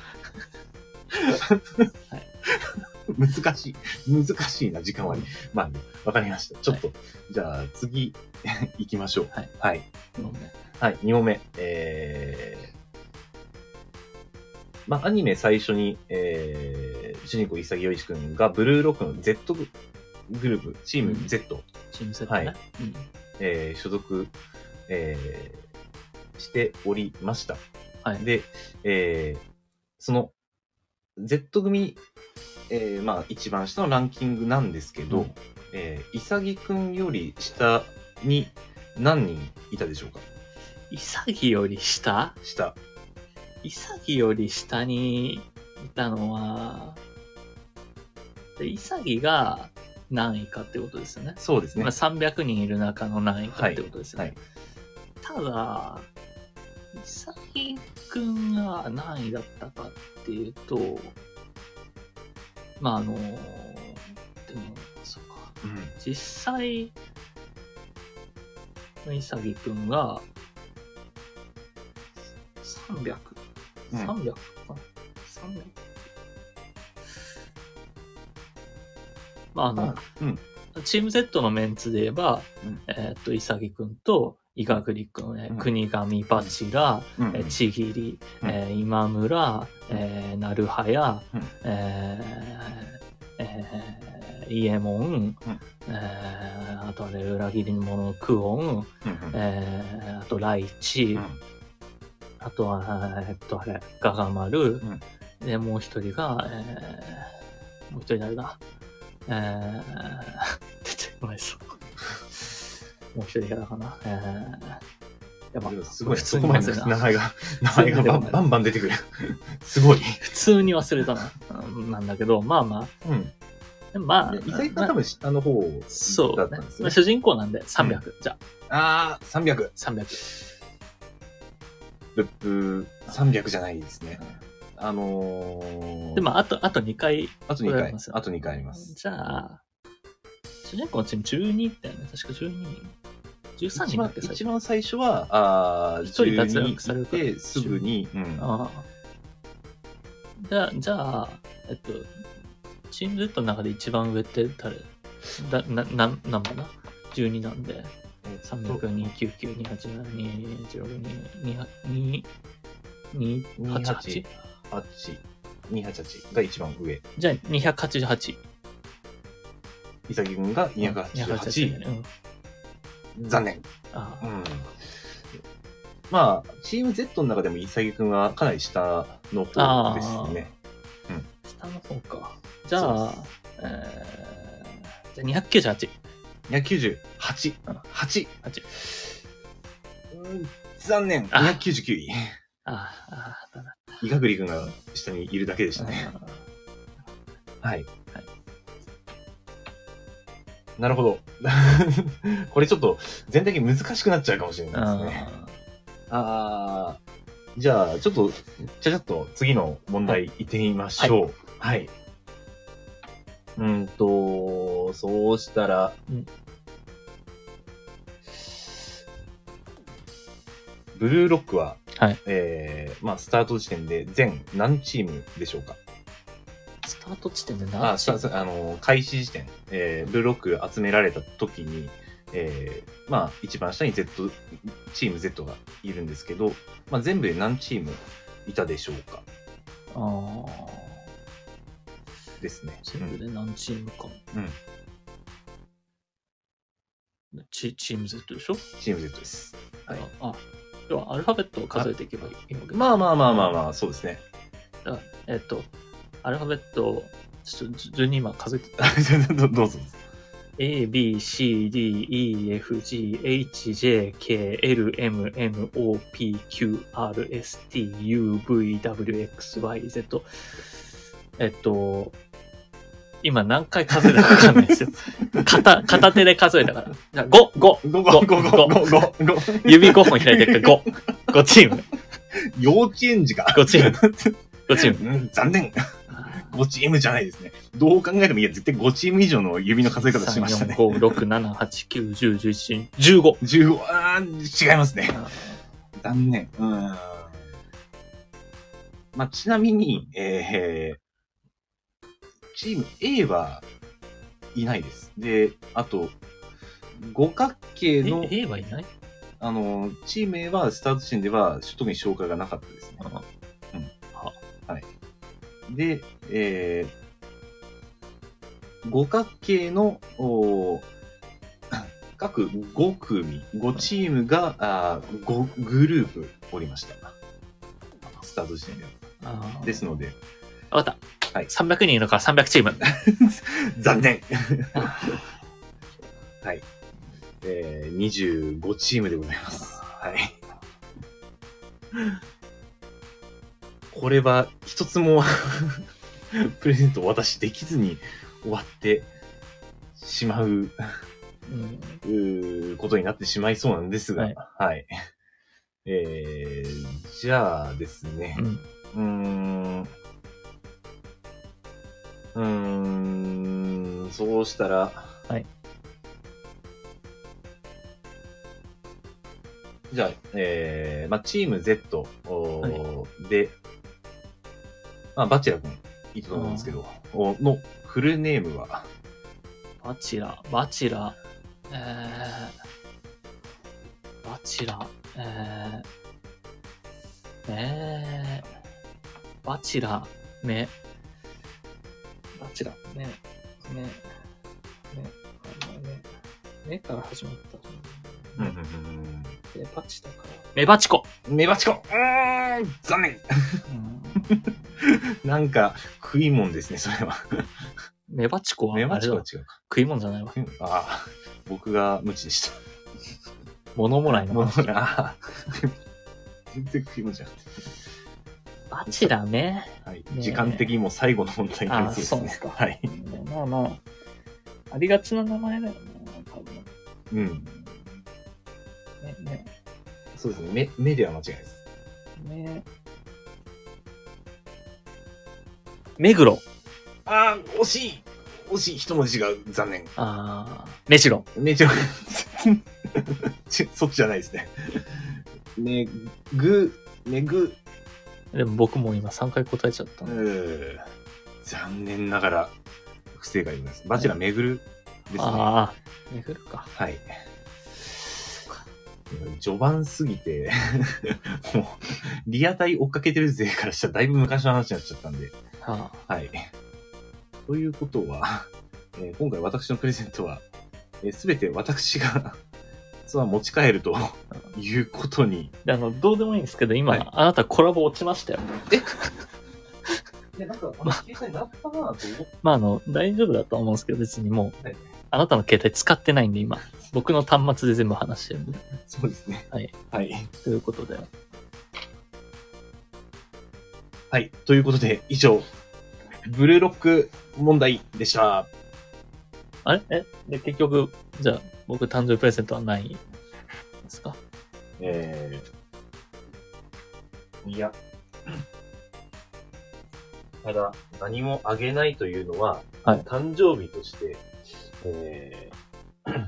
難しい。難しいな、時間割り。まあ、ね、わかりました。ちょっと、じゃあ、次、行きましょう。 はい。 はい。はい、に問目。えー、まあ、アニメ最初に、えー、主人公潔義くんがブルーロックの Z グループ、チーム Z、 チームセットね。 はいうんえー所属、えーしておりました。 はい。 で、えーその Z 組、えーまあ一番下のランキングなんですけど、 うんえー、潔くんより下に何人いたでしょうか？ 潔より下下。 潔より下にいたのは、で潔が何位かってことですよね。 そうですね。 まあ、さんびゃくにんいる中の何位かってことですよね。 はい。 ただ、潔くんが何位だったかっていうと、まああの、でも、そうか。 うん。 実際、潔くんが、さんびゃく。 うんさんびゃくかな、さんびゃく。まああの、 うん。 チーム Z のメンツで言えば、 うんえーっと、潔くんと、伊賀栗くん、えーうん国神バチラ、 うん。 えーちぎり、 うんえー今村、えー、なるはや、 うんえーえー、伊右衛門、 うんえーあとあれ、裏切り者のクオン、 うん。うん。 えーあと、ライチ、 うんあとは、えーっと、あれ、ガガマル、 んで、もう一人が、えー、もう一人誰だえー、出てこないそう。もう一人誰かなえー、やばでもすごい、 普通にそこまで忘れた。 名前が、名前がバンバンバン出てくる。すごい。 普通に忘れたな。うんなんだけど、まあまうん。 あ、まあ、 伊沢君は多分下の方そうねだったんですね。 まあ主人公なんでさんびゃく。じゃあ、 あー、さんびゃく。 さんびゃく。 ルップ、さんびゃくじゃないですね。あのー、 で、まあ、あと、あとにかい。 あとにかいこれあります。よあとにかいあります。 じゃあ、主人公のチームじゅうにだよね。確かじゅうににん。じゅうさんにんだっけ一番一番最初は、あー、 一人脱落じゅうにされるからいて、すぐに、うん。 ああ。じゃあ、じゃあ、えっと、チーム Z の中で一番上って誰だ、な、な、何番だ ?じゅうに なんで、さんびゃく、にひゃくきゅうじゅうきゅう、にひゃくはちじゅうなな、にひゃくじゅうろく、にひゃくにひゃくはちじゅうはち。 にひゃくはちじゅうはち。にひゃくはちじゅうはちが一番上。 じゃあ、にひゃくはちじゅうはち。 伊崎君がにひゃくはちじゅうはち。 うん。 残念。 ああ。 うん。まあ、チーム Z の中でも伊崎君はかなり下の方ですね。 下の方か。じゃあ、えー、じゃあにひゃくきゅうじゅうはち。 にひゃくきゅうじゅうはち。 うんはち。 はち。 うん残念。にひあゃくきゅうじゅうきゅうい。 ああ、ああ、だな。 イガグリ君が下にいるだけでしたね。はい。はい。なるほど。これちょっと全体的に難しくなっちゃうかもしれないですね。あー、じゃあ、ちょっと、ちゃちゃっと次の問題行ってみましょう。はい。はい、うんと、そうしたら、うん、ブルーロックは、はい、えー、まあ、スタート時点で全何チームでしょうか？ スタート地点で何チーム？ あ、あの、開始時点、えー、ブルーロック集められた時に、えー、まあ、一番下に Z、チーム Z がいるんですけど、まあ、全部で何チームいたでしょうか？ああ。ですね。 全部で何チームか。うん。チ, チーム Z でしょ？ チーム Z です。はい。 あ、あ要はアルファベットを数えていけばいいわけ。 まあまあまあまあまあ、そうですね。 あえっと、アルファベットをちょっと順に今数えてどどうぞ。 A, B, C, D, E, F, G, H, J, K, L, M, N, O, P, Q, R, S, T, U, V, W, X, Y, Z。えっと、今何回数えたかわかんないですよ。片、片手で数えたから。じゃあご、ご、ご、ご、ご、ご、ご、ご、指ごほん開いてるからご、ごチーム。 幼稚園児か。 ごチーム。ごチーム。 うん、残念。ごチームじゃないですね。どう考えてもいいや、絶対ごチーム以上の指の数え方しましたね。 さん、よん、ご、ろく、なな、はち、きゅう、じゅう、じゅういち、じゅうご。 じゅうご、あー、違いますね。残念。うん。まあ、ちなみに、えー、チーム A はいないです。で、あと、五角形の、 A はいない？ あの、チーム A はスタート時点では特に紹介がなかったですね。うん。は。はい。で、えー、五角形の各ご組、ごチームがあごグループおりました。スタート時点では。ですので。 わかった。はい。さんびゃくにんいるからさんびゃくチーム。 残念。はい。えー、にじゅうごチームでございます。はい。これは一つもプレゼントを渡しできずに終わってしまう、うん、うことになってしまいそうなんですが、はい。はい、えー、じゃあですね、うん、うーん、うーん、そうしたら、はい。じゃあ、えー、まあ、チーム Z はい、で、まあ、バチェラ君いいと思うんですけど、のフルネームはバチラ、バチラ、えー、バチラ、えー、えー、バチラ、め、バチラ、め、め、め、め、めから始まった。 うんうんうん。 メバチだから。メバチコメバチコうーん残念なんか、食いもんですね、それは。 メバチコはメバチコは違うか。 食いもんじゃないわ。 ああ、僕が無知でした。 物もらいの物もらい。ああ。全然食いもんじゃなくて。 バチラね。 はい。時間的にも最後の問題になりそうですね。 そうですか。 はい。 まあまあ、ありがちな名前だよね、多分。 うん。ね、ね。そうですね。目、目では間違いないです。 目。目黒。 ああ、惜しい惜しい一文字違う。残念。 ああ、目白。 目白。そっちじゃないですね。めぐ、めぐ。 でも僕も今さんかい答えちゃったんで。 うん。残念ながら、不正解です。バチェラめぐるですね。 ああ、めぐるか。 はい。序盤すぎて、もう、リアタイ追っかけてる勢からしたらだいぶ昔の話になっちゃったんで。はあ、はい。ということは、えー、今回私のプレゼントは、すべ、えー、て私が、ツアー持ち帰るということに。 あの、どうでもいいんですけど、今、はい、あなたコラボ落ちましたよ。 えいや、なんか、あの、携帯なったなぁと思って。 まあ、あの、大丈夫だと思うんですけど、別にもう、はい、あなたの携帯使ってないんで、今。僕の端末で全部話してるんで。 そうですね。 はい。 はい。 ということで。 はい。ということで、以上、ブルーロック問題でした。 あれえで、結局、じゃあ、僕誕生日プレゼントはないですか？ えー、いや。ただ、何もあげないというのは、 はい、 誕生日として、えー、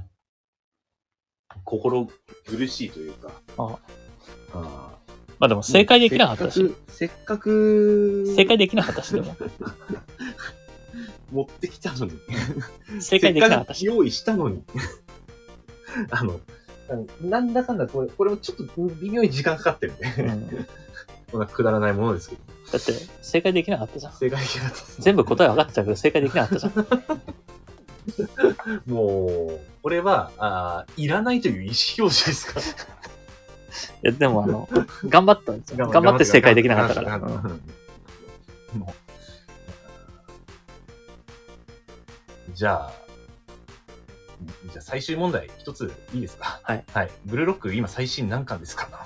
心苦しいというか。 ああまあでも正解できなかったし。 せっかく、 正解できなかったし、でも。 持ってきたのに。 正解できなかったし。 用意したのに。あの、なんだかんだこれ、これもちょっと微妙に時間かかってるね。うん、こんなくだらないものですけど。 だって、正解できなかったじゃん。 正解できなかった、ね。 全部答え分かってたけど、正解できなかったじゃん。 もう、これは、あいらないという意思表示ですか？ いや、でもあの、頑張ったんですよ。頑張って正解できなかったから。もうじゃあ、じゃあ最終問題一ついいですか？ はい。 はい。ブルーロック今最新何巻ですか？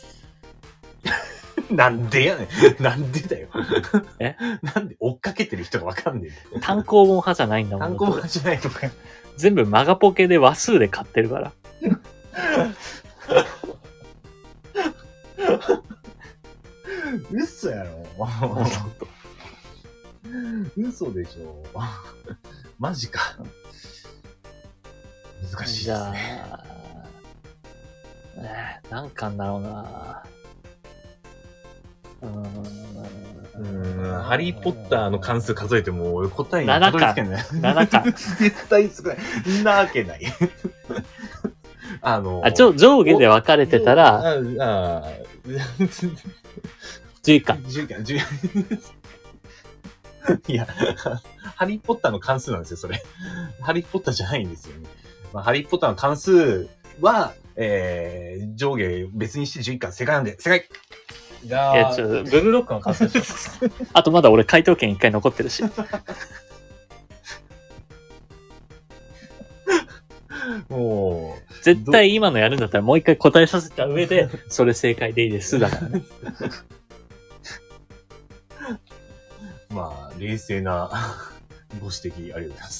なんでやねん。なんでだよ。 えなんで追っかけてる人がわかんねえ。 単行本派じゃないんだもん。 単行本派じゃないのか。 全部マガポケで話数で買ってるから。 嘘やろ。嘘でしょ。マジか。難しいですね。 じゃあ、えー、何巻だろうな。うーん。 うーん。ハリーポッターの関数数えても答えにたどり着けない。 ななかん。 絶対少ない。なわけない。あのー、 あ、上下で分かれてたら、 ああじゅういっかん。 じゅういっかん、じゅういっいや、ハリーポッターの関数なんですよ、それ。ハリーポッターじゃないんですよね。まあ、ハリーポッターの関数は、えー、上下別にしてじゅういっかん正解なんで、正解いや、いやちょっと、ブルーロックの関数でしょ。あとまだ俺回答権いっかい残ってるし。 もう。 絶対今のやるんだったらもう一回答えさせた上で、それ正解でいいです。だからね。 まあ、冷静なご指摘ありがとうございます。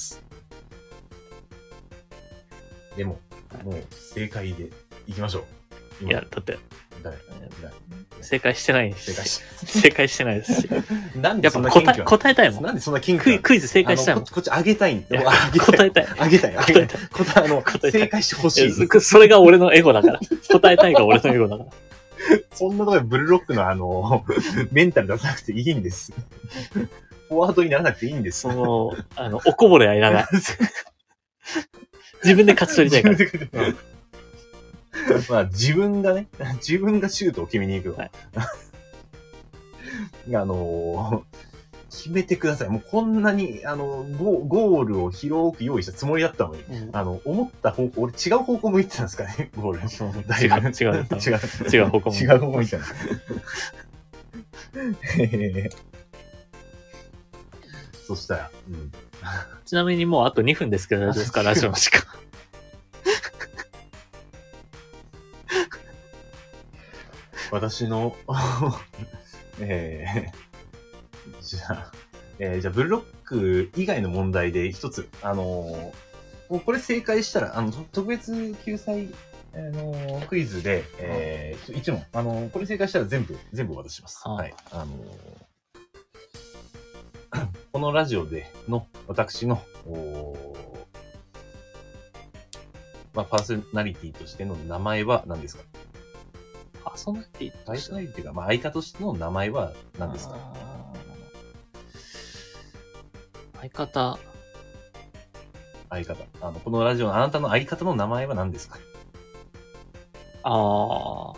でも、もう正解でいきましょう。 いや、だって、 誰正解してないし。 正解し正解してないですし。 なんでそんなやっぱ答え、答えたいもん。 なんでそんな緊急クイズ正解したいもん。 こっちあげたいんだ。答えたい。 あげたい。あげたい。答え、あの、正解してほしい。 それが俺のエゴだから。答えたいが俺のエゴだから。 そんなところでブルーロックのあの、メンタル出さなくていいんです。フォワードにならなくていいんです。 その、あの、おこぼれはいらない。自分で勝ち取りたいから。うん、 まあ、自分がね、自分がシュートを決めに行くの。はい、あのー、決めてください。もうこんなに、あの、ゴ, ゴールを広く用意したつもりだったのに、うん、あの、思った方向、俺違う方向向いてたんですかね、ゴール。 違う、違う、違う、違う方向向いてた。違う方向向いてた。そしたら、うん、 ちなみにもうあとにふんですけど、大丈夫ですか、ラジオの時間。 私の、えー、じゃあ、えー、じゃあ、ブルーロック以外の問題で一つ、あのー、もうこれ正解したら、あの、特別救済、あのー、クイズで、えー、一問、あのー、これ正解したら全部、全部お渡しします。はい。あのー、このラジオでの、私の、まあ、パーソナリティとしての名前は何ですか？ パーソナリティパーソナリティが、まあ、相方としての名前は何ですか？ 相方。 相方。あの、このラジオのあなたの相方の名前は何ですか？ ああ。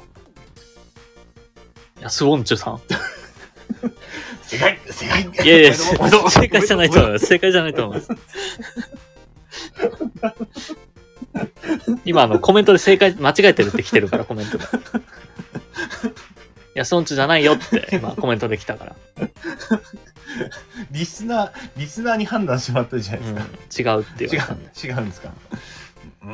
や、スウォンチュさん。 正解正解いやいや、正解じゃないと思います。正解じゃないと思います。今、あの、コメントで正解、間違えてるって来てるから、コメントが。いや、スウォンチュじゃないよって、今、コメントで来たから。 リスナー、リスナーに判断してもらったじゃないですか。 うん、違うって言われたんで。 違う、違うんですか。うん、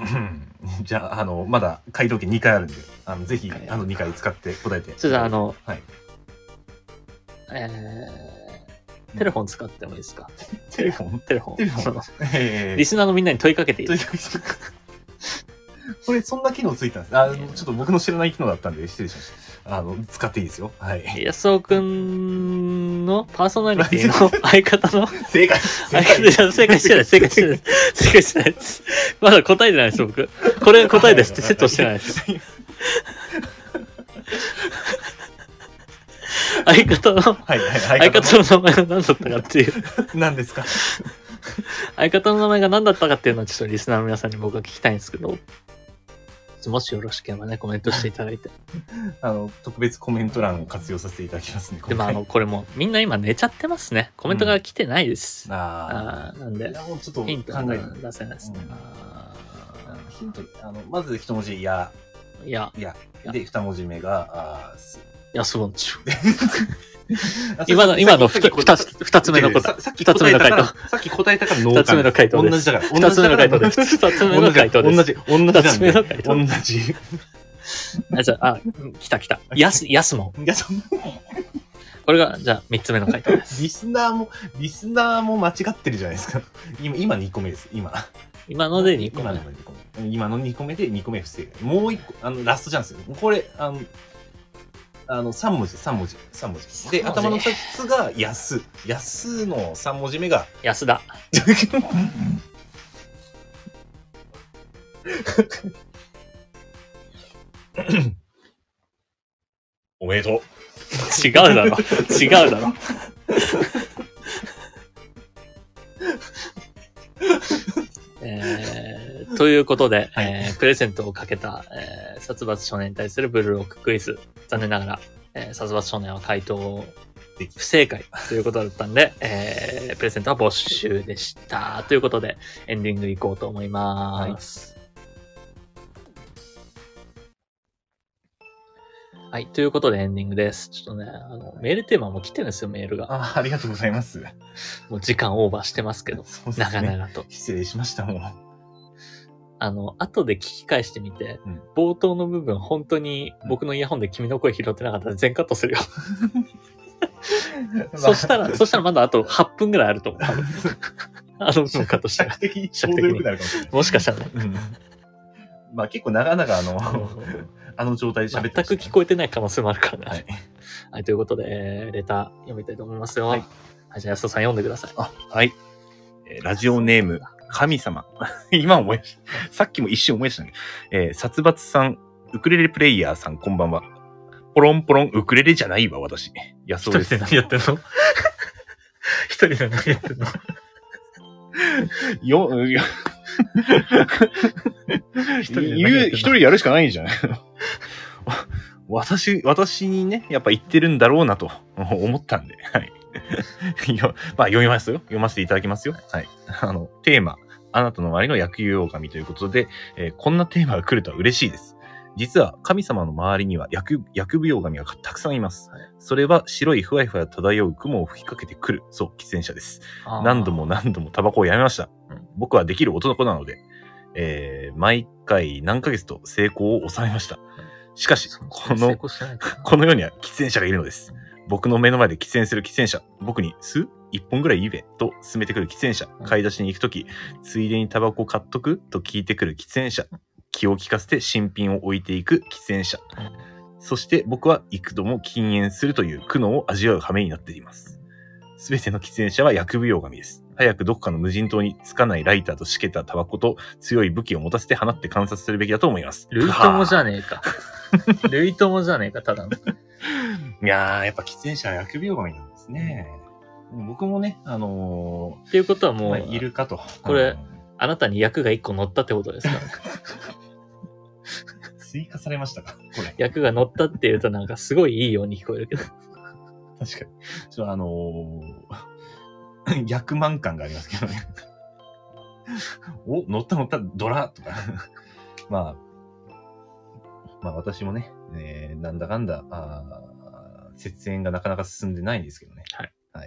じゃあ、あの、まだ回答権にかいあるんで、あの、ぜひ、あのにかい使って答えて。 それじゃあ、あの、 はい。 えー、テレフォン使ってもいいですか？ テレフォンテレフォン。 テレフォンえリスナーのみんなに問いかけていいですか？ これ、そんな機能ついたんです。あ、ちょっと僕の知らない機能だったんで、失礼しました。あの、使っていいですよ。はい。 安尾くんのパーソナリティの相方の正解相方いや正解してない、正解してない。正解してないです。まだ答えてないです、僕。これ答えですってセットしてないです。相方の、 はいはい、 相方の名前が何だったかっていう。 何ですか？ 相方の名前が何だったかっていうのはちょっとリスナーの皆さんに僕は聞きたいんですけど、もしよろしければね、コメントしていただいて。 あの、特別コメント欄を活用させていただきますね。 でもあの、これもうみんな今寝ちゃってますね。コメントが来てないです。 うん、ああなんで、 もうちょっとヒント考え出せないですね。 うん、ヒント、あの、まず一文字、や、 いや、 や、で、二文字目が、あす。 安本中。今の、今の二つ、二つ目の答え。 さっき二つ目の回答。 さっき答えたからノー二つ目の回答です。 同じだから。 二つ目の回答です。二つ目の回答です。 同じ、同じなんで。 二つ目の回答。 同じ。 あ、じゃあ、あ、来た来た。やす、やすもん。 いや、そんな。 これが、じゃあ、三つ目の回答です。 リスナーも、リスナーも間違ってるじゃないですか。今、今二個目です。今。 今ので二個目。 今の二個目。今の二個目で二個目不正解。もう一個、あの、ラストチャンス。これ、あの、あの、三文字、三文字、三文字。で、頭の二つが、やす。やすの三文字目が、 安田。 おめでとう。 違うだろ。違うだろ。えー、ということで、はい、えー、プレゼントをかけた、えー、殺伐少年に対するブルーロッククイズ。残念ながら、えー、殺伐少年は回答不正解ということだったんで、えー、プレゼントは没収でした。ということで、エンディングいこうと思います。はい。はい。ということでエンディングです。ちょっとね、あの、メールテーマも来てるんですよ、メールが。 あ、ありがとうございます。 もう時間オーバーしてますけど。そうですね。長々と。 失礼しました、もう。 あの、後で聞き返してみて、うん、冒頭の部分、本当に僕のイヤホンで君の声拾ってなかったら全カットするよ。そしたら、そしたらまだあとはっぷんぐらいあると思う。あの部分カットしたら。 尺的にちょうどよくなるかもしれない。 もしかしたらね。うん、 まあ結構長々あの、あの状態で喋って、 ね、全く聞こえてない可能性もあるからね。はい。はい、ということで、えー、レター読みたいと思いますよ。はい。はい、じゃあ安田さん読んでください。 あ、はい。えー、ラジオネーム、神様。今思い出した。さっきも一瞬思い出したね。えー、殺伐さん、ウクレレプレイヤーさん、こんばんは。ポロンポロン、ウクレレじゃないわ、私。安尾です。 一人で何やってんの一人で何やってんのよ、よ、一人やるしかないんじゃない私、私にね、やっぱ言ってるんだろうなと思ったんで、はい。よまあ、読みますよ。読ませていただきますよ。はい。あの、テーマ、あなたの周りの薬用神ということで、えー、こんなテーマが来るとは嬉しいです。実は、神様の周りには薬、薬病神がたくさんいます。はい、それは、白いふわふわ漂う雲を吹きかけてくる、そう、喫煙者です。何度も何度もタバコをやめました。うん、僕はできる男なので、えー、毎回何ヶ月と成功を収めました。しかし、この、この世には喫煙者がいるのです。僕の目の前で喫煙する喫煙者、僕に吸う一本ぐらいいいべと進めてくる喫煙者、買い出しに行くとき、ついでにタバコ買っとくと聞いてくる喫煙者、気を利かせて新品を置いていく喫煙者、そして僕は幾度も禁煙するという苦悩を味わう羽目になっています。すべての喫煙者は薬病神です。早くどこかの無人島につかないライターとしけたタバコと強い武器を持たせて放って観察するべきだと思います。 ルイトモじゃねえか。ルイトモじゃねえか、ただの。 いやー、やっぱ喫煙者は薬病神なんですね。僕もね、あのー、っていうことはもう、まあ、 いるかと。 これ、あなたに役が一個乗ったってことですか、ね、 追加されましたかこれ。 役が乗ったって言うとなんかすごいいいように聞こえるけど。 確かに。ちょあのー、役満感がありますけどね。お、乗った乗った、ドラとか。まあ、まあ私もね、えー、なんだかんだ、あ節煙がなかなか進んでないんですけどね。 はい。 はい。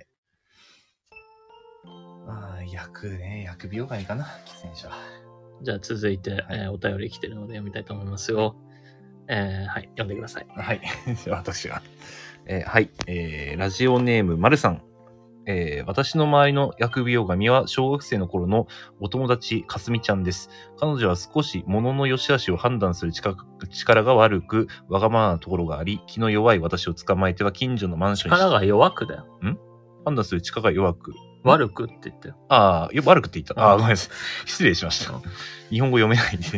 ああ、薬ね、薬病神かな、喫煙者。 じゃあ続いて、はい、えー、お便り来てるので読みたいと思いますよ。 えー、はい、読んでください。 はい。私が。えーはい。えー、ラジオネーム、まるさん。えー私の周りの疫病神は小学生の頃のお友達、かすみちゃんです。彼女は少し物の良し悪しを判断する力力が悪く、わがままなところがあり、気の弱い私を捕まえては近所のマンションに力が弱くだよ。 判断する力が弱く。 悪くって言ったよ。 ああ、よ悪くって言った。ああ、 うんごめんなさい。失礼しましたうん。 日本語読めないんで。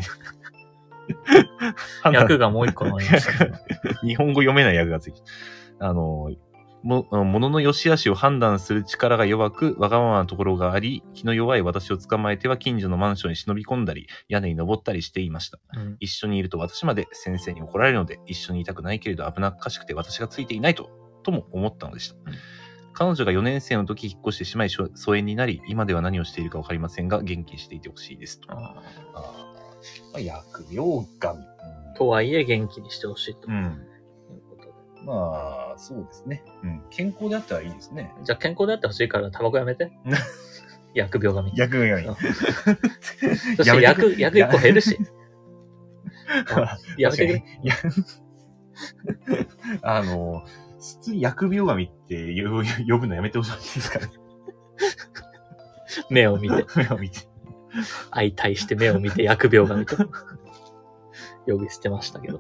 役がもう一個の言いましたけど。 日本語読めない役がついてあの、も、物の良し悪しを判断する力が弱く、わがままなところがあり、気の弱い私を捕まえては近所のマンションに忍び込んだり、屋根に登ったりしていました。 うん一緒にいると私まで先生に怒られるので、一緒にいたくないけれど危なっかしくて私がついていないと、とも思ったのでした。 うん彼女がよねん生の時引っ越してしまい疎遠になり、今では何をしているかわかりませんが、元気にしていてほしいですと。 あああ、疫病神。 ーとはいえ元気にしてほしいとうん。 いうことで。 まあ、そうですね。うん。健康であったらいいですね。 じゃあ健康であってほしいからタバコやめて。疫病神。 疫病神。 そして役、役一個減るし。あやめてくれ。 いや、あの、普通に疫病神って呼ぶ呼ぶのやめてほしいですからね。 目を見て、 目を見て。 相対して目を見て疫病神と呼び捨てましたけど。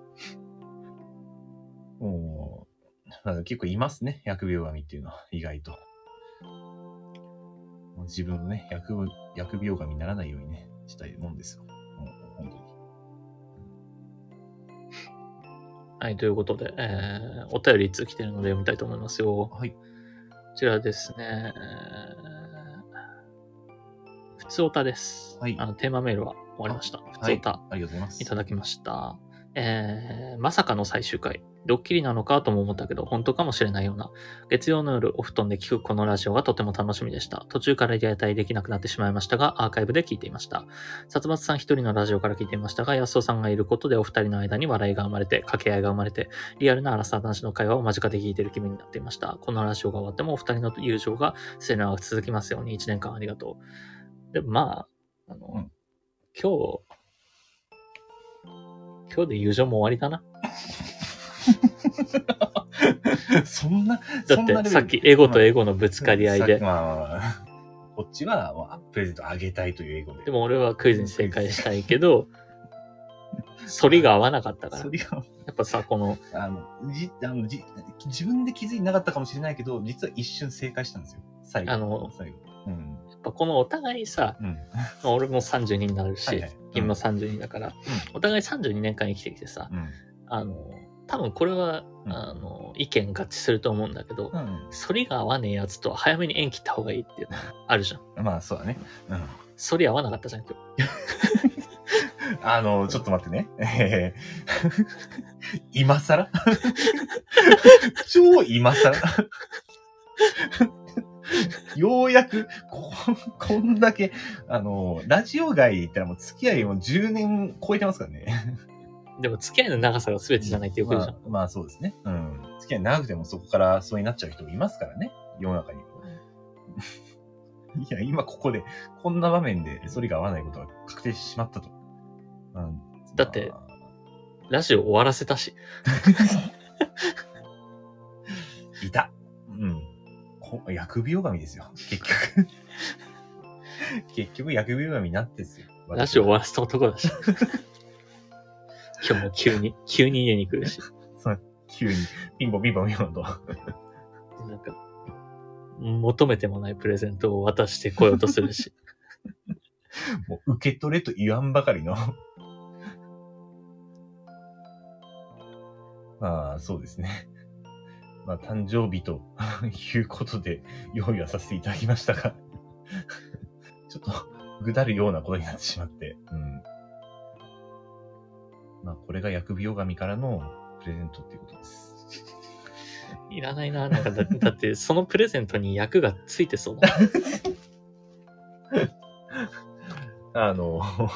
もう、なんか結構いますね、疫病神っていうのは、意外と。もう自分のね、疫疫病神にならないようにね、したいもんですよ。もう本当に。 はい、ということで、えー、お便りいつ来てるので読みたいと思いますよ。 はい。 こちらですね、えー、ふつおたです。 はいあの、テーマメールは終わりました。ふつおた、 ありがとうございます。 いただきました。えー、まさかの最終回。ドッキリなのかとも思ったけど、本当かもしれないような。月曜の夜、お布団で聞くこのラジオがとても楽しみでした。途中からリアタイできなくなってしまいましたが、アーカイブで聞いていました。殺伐さん一人のラジオから聞いていましたが、安尾さんがいることでお二人の間に笑いが生まれて、掛け合いが生まれて、リアルなアラサー男子の会話を間近で聞いている気分になっていました。このラジオが終わってもお二人の友情が末永く続きますように、一年間ありがとう。で、まあ、あの、 うん今日、今日で友情も終わりだな。 そんな、 だってさっきエゴとエゴのぶつかり合いで。 まあまあまあ、こっちは、まあ、プレゼントあげたいというエゴで。 でも俺はクイズに正解したいけど、反りが合わなかったから。 それが、 やっぱさ、この、 あの、じ、あの、じ、自分で気づいてなかったかもしれないけど、実は一瞬正解したんですよ。最後。 あの最後。うん。 やっぱこのお互いさ、 うん。 まあ俺もさんじゅうにになるし、 はいはい君もさんじゅうにだから、お互いさんじゅうにねんかん生きてきてさ、 うん。 あの、多分これは、 うんあの、意見合致すると思うんだけど、 うん。 反りが合わねえやつとは早めに縁切った方がいいっていうのがあるじゃん。 うん。まあ、そうだね。うん。 反り合わなかったじゃん、今日。 あの、ちょっと待ってね。えー、今更超今更ようやく、こ、こんだけ、あの、ラジオ外ってもう付き合いもじゅうねん超えてますからね。 でも付き合いの長さが全てじゃないってよく言うじゃん。 まあ、まあそうですね。うん。付き合い長くてもそこからそうになっちゃう人もいますからね。世の中に。いや、今ここで、こんな場面で反りが合わないことが確定してしまったと。うん、 だってまあラジオ終わらせたし。 いた。うん。こ疫病神ですよ。結局。結局疫病神になってですよ。 ラジオ終わらせた男だし。今日も急に、急に家に来るし。 急に、ピンポンピンポンピンポンと。 なんか、求めてもないプレゼントを渡してこようとするし。 もう受け取れと言わんばかりの。まあ、そうですね。まあ、誕生日ということで用意はさせていただきましたが、ちょっと、ぐだるようなことになってしまって、うん。まあ、これが疫病神からのプレゼントっていうことです。 いらないな。なんかだ、だってそのプレゼントに役がついてそうだ。 あの、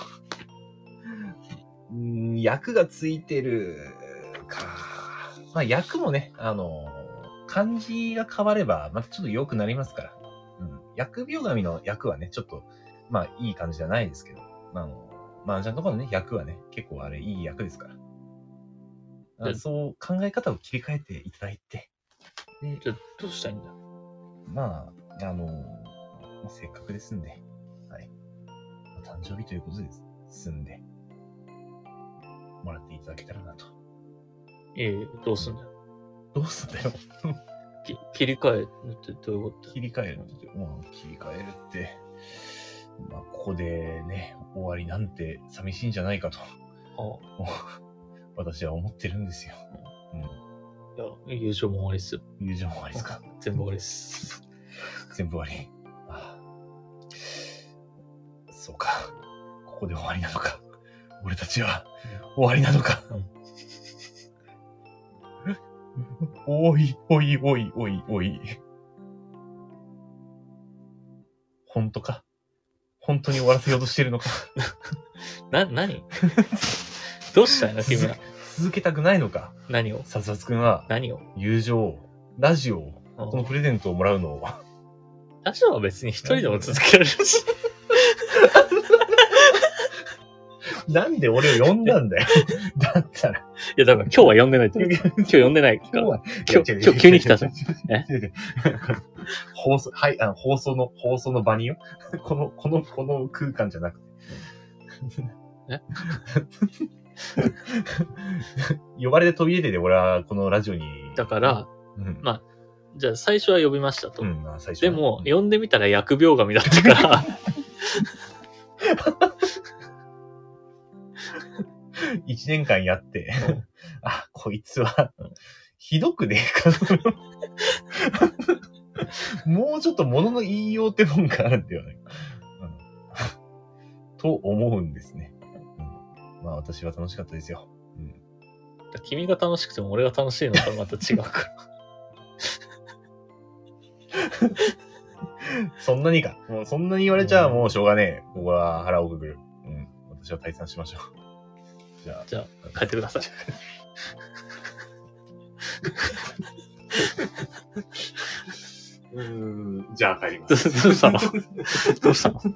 ん役がついてるか。まあ、役もね、あの、漢字が変われば、またちょっと良くなりますから。うん。疫病神の役はね、ちょっと、まあ、いい感じじゃないですけど、まあ、あの、麻雀とかのね、役はね、結構あれ、いい役ですから。 あそう考え方を切り替えていただいて、でじゃあどうしたらいいんだ？ まあ、あの、まあ、せっかくですんで、はい。まあ誕生日ということですんで、もらっていただけたらなと。 ええ、どうすんだよ。 どうすんだよ。 き切り替えるってどういうこと？ 切り替えるって、まあ、切り替えるって、まあ、ここでね、終わりなんて寂しいんじゃないかと、 あ私は思ってるんですよ。うん。 あ、いや、友情も終わりっすよ。 友情も終わりですか？ 全部終わりっす。 全部終わり。ああ、そうか。ここで終わりなのか。俺たちは終わりなのか。うん、おい、おい、おい、おい、おい。本当か？本当に終わらせようとしてるのか？ な、何どうしたいの君は。 続けたくないのか？ 何をさつわつくんは、 何を友情、ラジオ、このプレゼントをもらうのを。 ラジオは別に一人でも続けられるし。 なんで俺を呼んだんだよ。だったら。 いや、だから今日は呼んでないって。今日呼んでないから。 今日は、 今日、今日急に来たじゃん。え放送、はい、あの、放送の、放送の場によ。この、この、この空間じゃなくて。 え呼ばれて飛び出てで俺はこのラジオに。 だから、 うん、 まあ、じゃあ最初は呼びましたと。 うんまあ、最初でも、呼んでみたら疫病神だったから。 一年間やって、あ、こいつは、ひどくねえかもうちょっと物の言いようってもんがあるんだよね。うん、と思うんですね。うん、まあ私は楽しかったですよ。うん、 君が楽しくても俺が楽しいのとはまた違うから。 そんなにか。もうそんなに言われちゃもうしょうがねえ。ここは腹をくぐる。うん。私は退散しましょう。じゃあ。 じゃあ、帰ってください。 うーん。じゃあ帰ります。 どうしたの？どうしたの？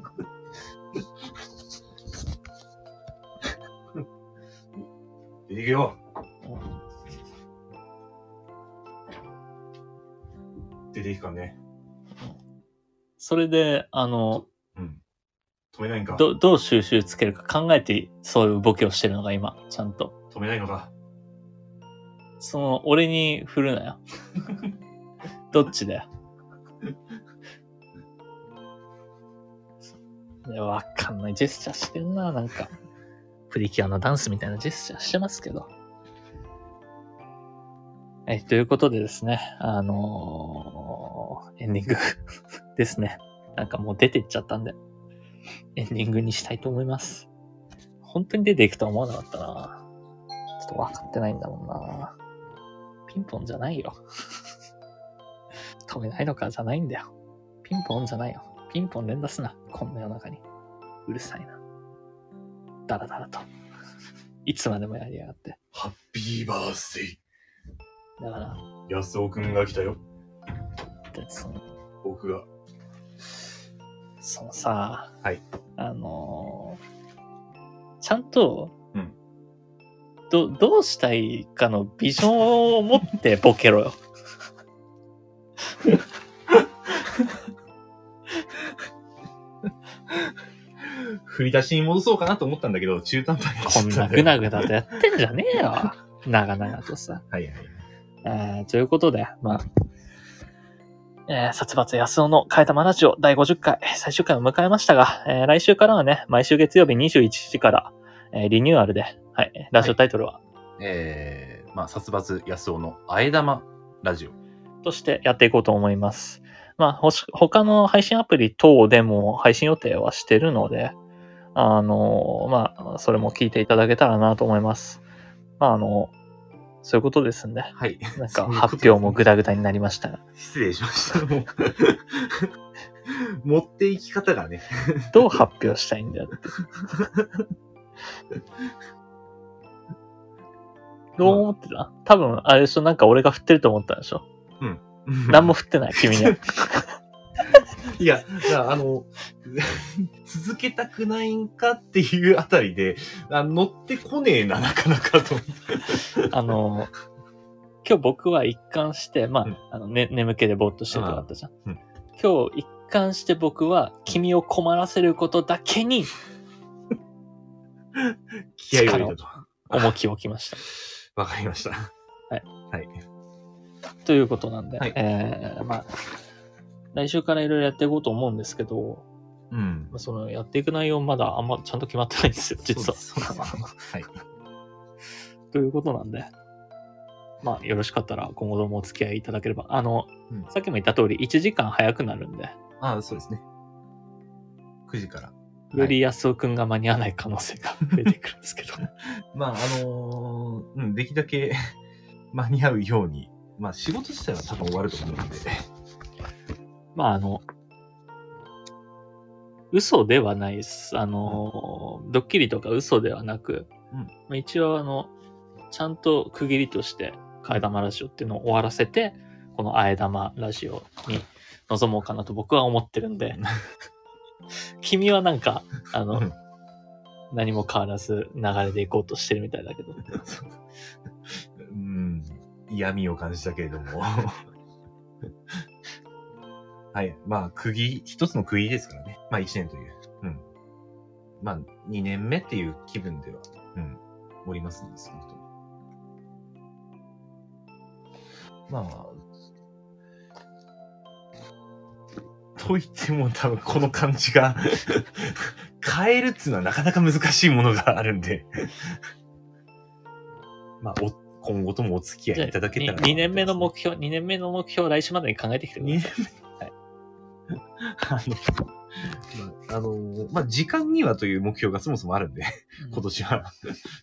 出ていくよ。出ていくかね。 それで、あの、 うん。止めないんか。 ど、どう収集つけるか考えて、そういうボケをしてるのが今、ちゃんと。 止めないのか。 その、俺に振るなよ。どっちだよ。いや、わかんない。ジェスチャーしてんな、なんか。プリキュアのダンスみたいなジェスチャーしてますけど。はい、ということでですね、あのー、エンディングですね。なんかもう出ていっちゃったんで、エンディングにしたいと思います。本当に出ていくとは思わなかったな。ちょっと分かってないんだもんな。ピンポンじゃないよ。止めないのかじゃないんだよ。ピンポンじゃないよ。ピンポン連打すな。こんな世の中に。うるさいな。だらだらと。いつまでもやりやがって。 ハッピーバースデー。 だから、 安尾くんが来たよ。 でその僕が。 そのさ、 はい。 あのー、ちゃんと、 うん。 ど、どうしたいかのビジョンを持ってボケろよ。 振り出しに戻そうかなと思ったんだけど、中途半端にやっちゃこんっただよなぐなぐなとやってんじゃねえよ。長々とさ。 はいはい。 えー、ということで、まあ、えー、殺伐安尾の変えたまラジオだいごじゅっかい、最終回を迎えましたが、えー、来週からはね、毎週月曜日にじゅういちじから、えー、リニューアルで、はい、ラジオタイトルは、はい、 えー、まあ、殺伐安尾のあえ玉ラジオとしてやっていこうと思います。まあ、ほし、他の配信アプリ等でも配信予定はしてるので、あの、まあ、それも聞いていただけたらなと思います。まあ、あの、そういうことですんで。 はい。 なんか発表もグダグダになりましたが。 失礼しました。持っていき方がね。 どう発表したいんだよって。どう思ってた？多分、あれでしょ、なんか俺が振ってると思ったでしょ。 うん。 何も振ってない、君には。 いや、じゃあ、あの、続けたくないんかっていうあたりで、あ乗ってこねえな、なかなかと。 あの、今日僕は一貫して、まあ、 うんあの、ね、眠気でぼーっとしてるとかあったじゃん。 うん今日一貫して僕は君を困らせることだけに気合を入れたと。 重きを置きました。 わかりました。 はい。 はい。 ということなんで、 はいえー、まあ、来週からいろいろやっていこうと思うんですけど、 うんまあ、。そのやっていく内容まだあんまちゃんと決まってないんですよ、実は。 そうです。そうですはい。 ということなんで、まあ、よろしかったら今後ともお付き合いいただければ。あの、 うんさっきも言った通り、いちじかん早くなるんで、 ああ、そうですね。くじから。 より安尾くんが間に合わない可能性が増えてくるんですけど。 まあ、あのーうん、できるだけ間に合うように、まあ、仕事自体は多分終わると思うんで。 まあ、あの、嘘ではないです。あの、ドッキリとか嘘ではなく、 うんまあ、一応あの、ちゃんと区切りとして、替え玉ラジオっていうのを終わらせて、このあえ玉ラジオに臨もうかなと僕は思ってるんで、君はなんか、あの、 うん何も変わらず流れでいこうとしてるみたいだけど。 うん、嫌味を感じたけれども。はい。まあ、釘、一つの釘ですからね。まあ、一年という。うん。まあ、二年目っていう気分では、うん、おりますんです、本当に。まあ、と言っても多分この感じが変えるっていうのはなかなか難しいものがあるんでまあ、お、今後ともお付き合いいただけたらな。 にねんめの目標、にねんめの目標を来週までに考えてきてください。 にねんめはい。あの、まあ、あの、まあ、時間にはという目標がそもそもあるんで、 うん今年は。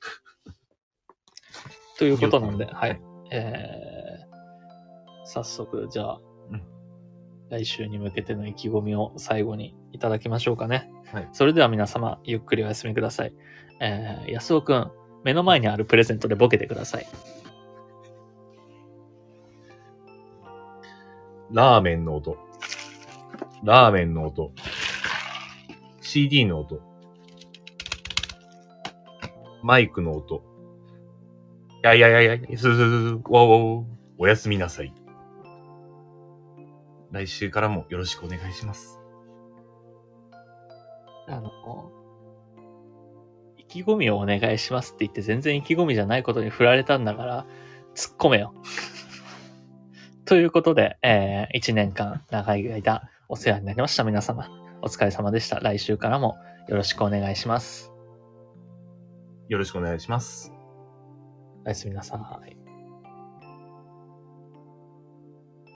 ということなんで、 よくはい。えー、早速、じゃあ、 うん来週に向けての意気込みを最後にいただきましょうかね。 はい。 それでは皆様、ゆっくりお休みください。えー、安尾くん、目の前にあるプレゼントでボケてください。 ラーメンの音。ラーメンの音。シーディー の音。マイクの音。いやいやいやいや、すすすす、わわわ、おやすみなさい。来週からもよろしくお願いします。 あの、意気込みをお願いしますって言って全然意気込みじゃないことに振られたんだから、突っ込めよ。ということで、えー、いちねんかん長い間お世話になりました皆様。お疲れ様でした。来週からもよろしくお願いします。 よろしくお願いします。 おやすみなさい。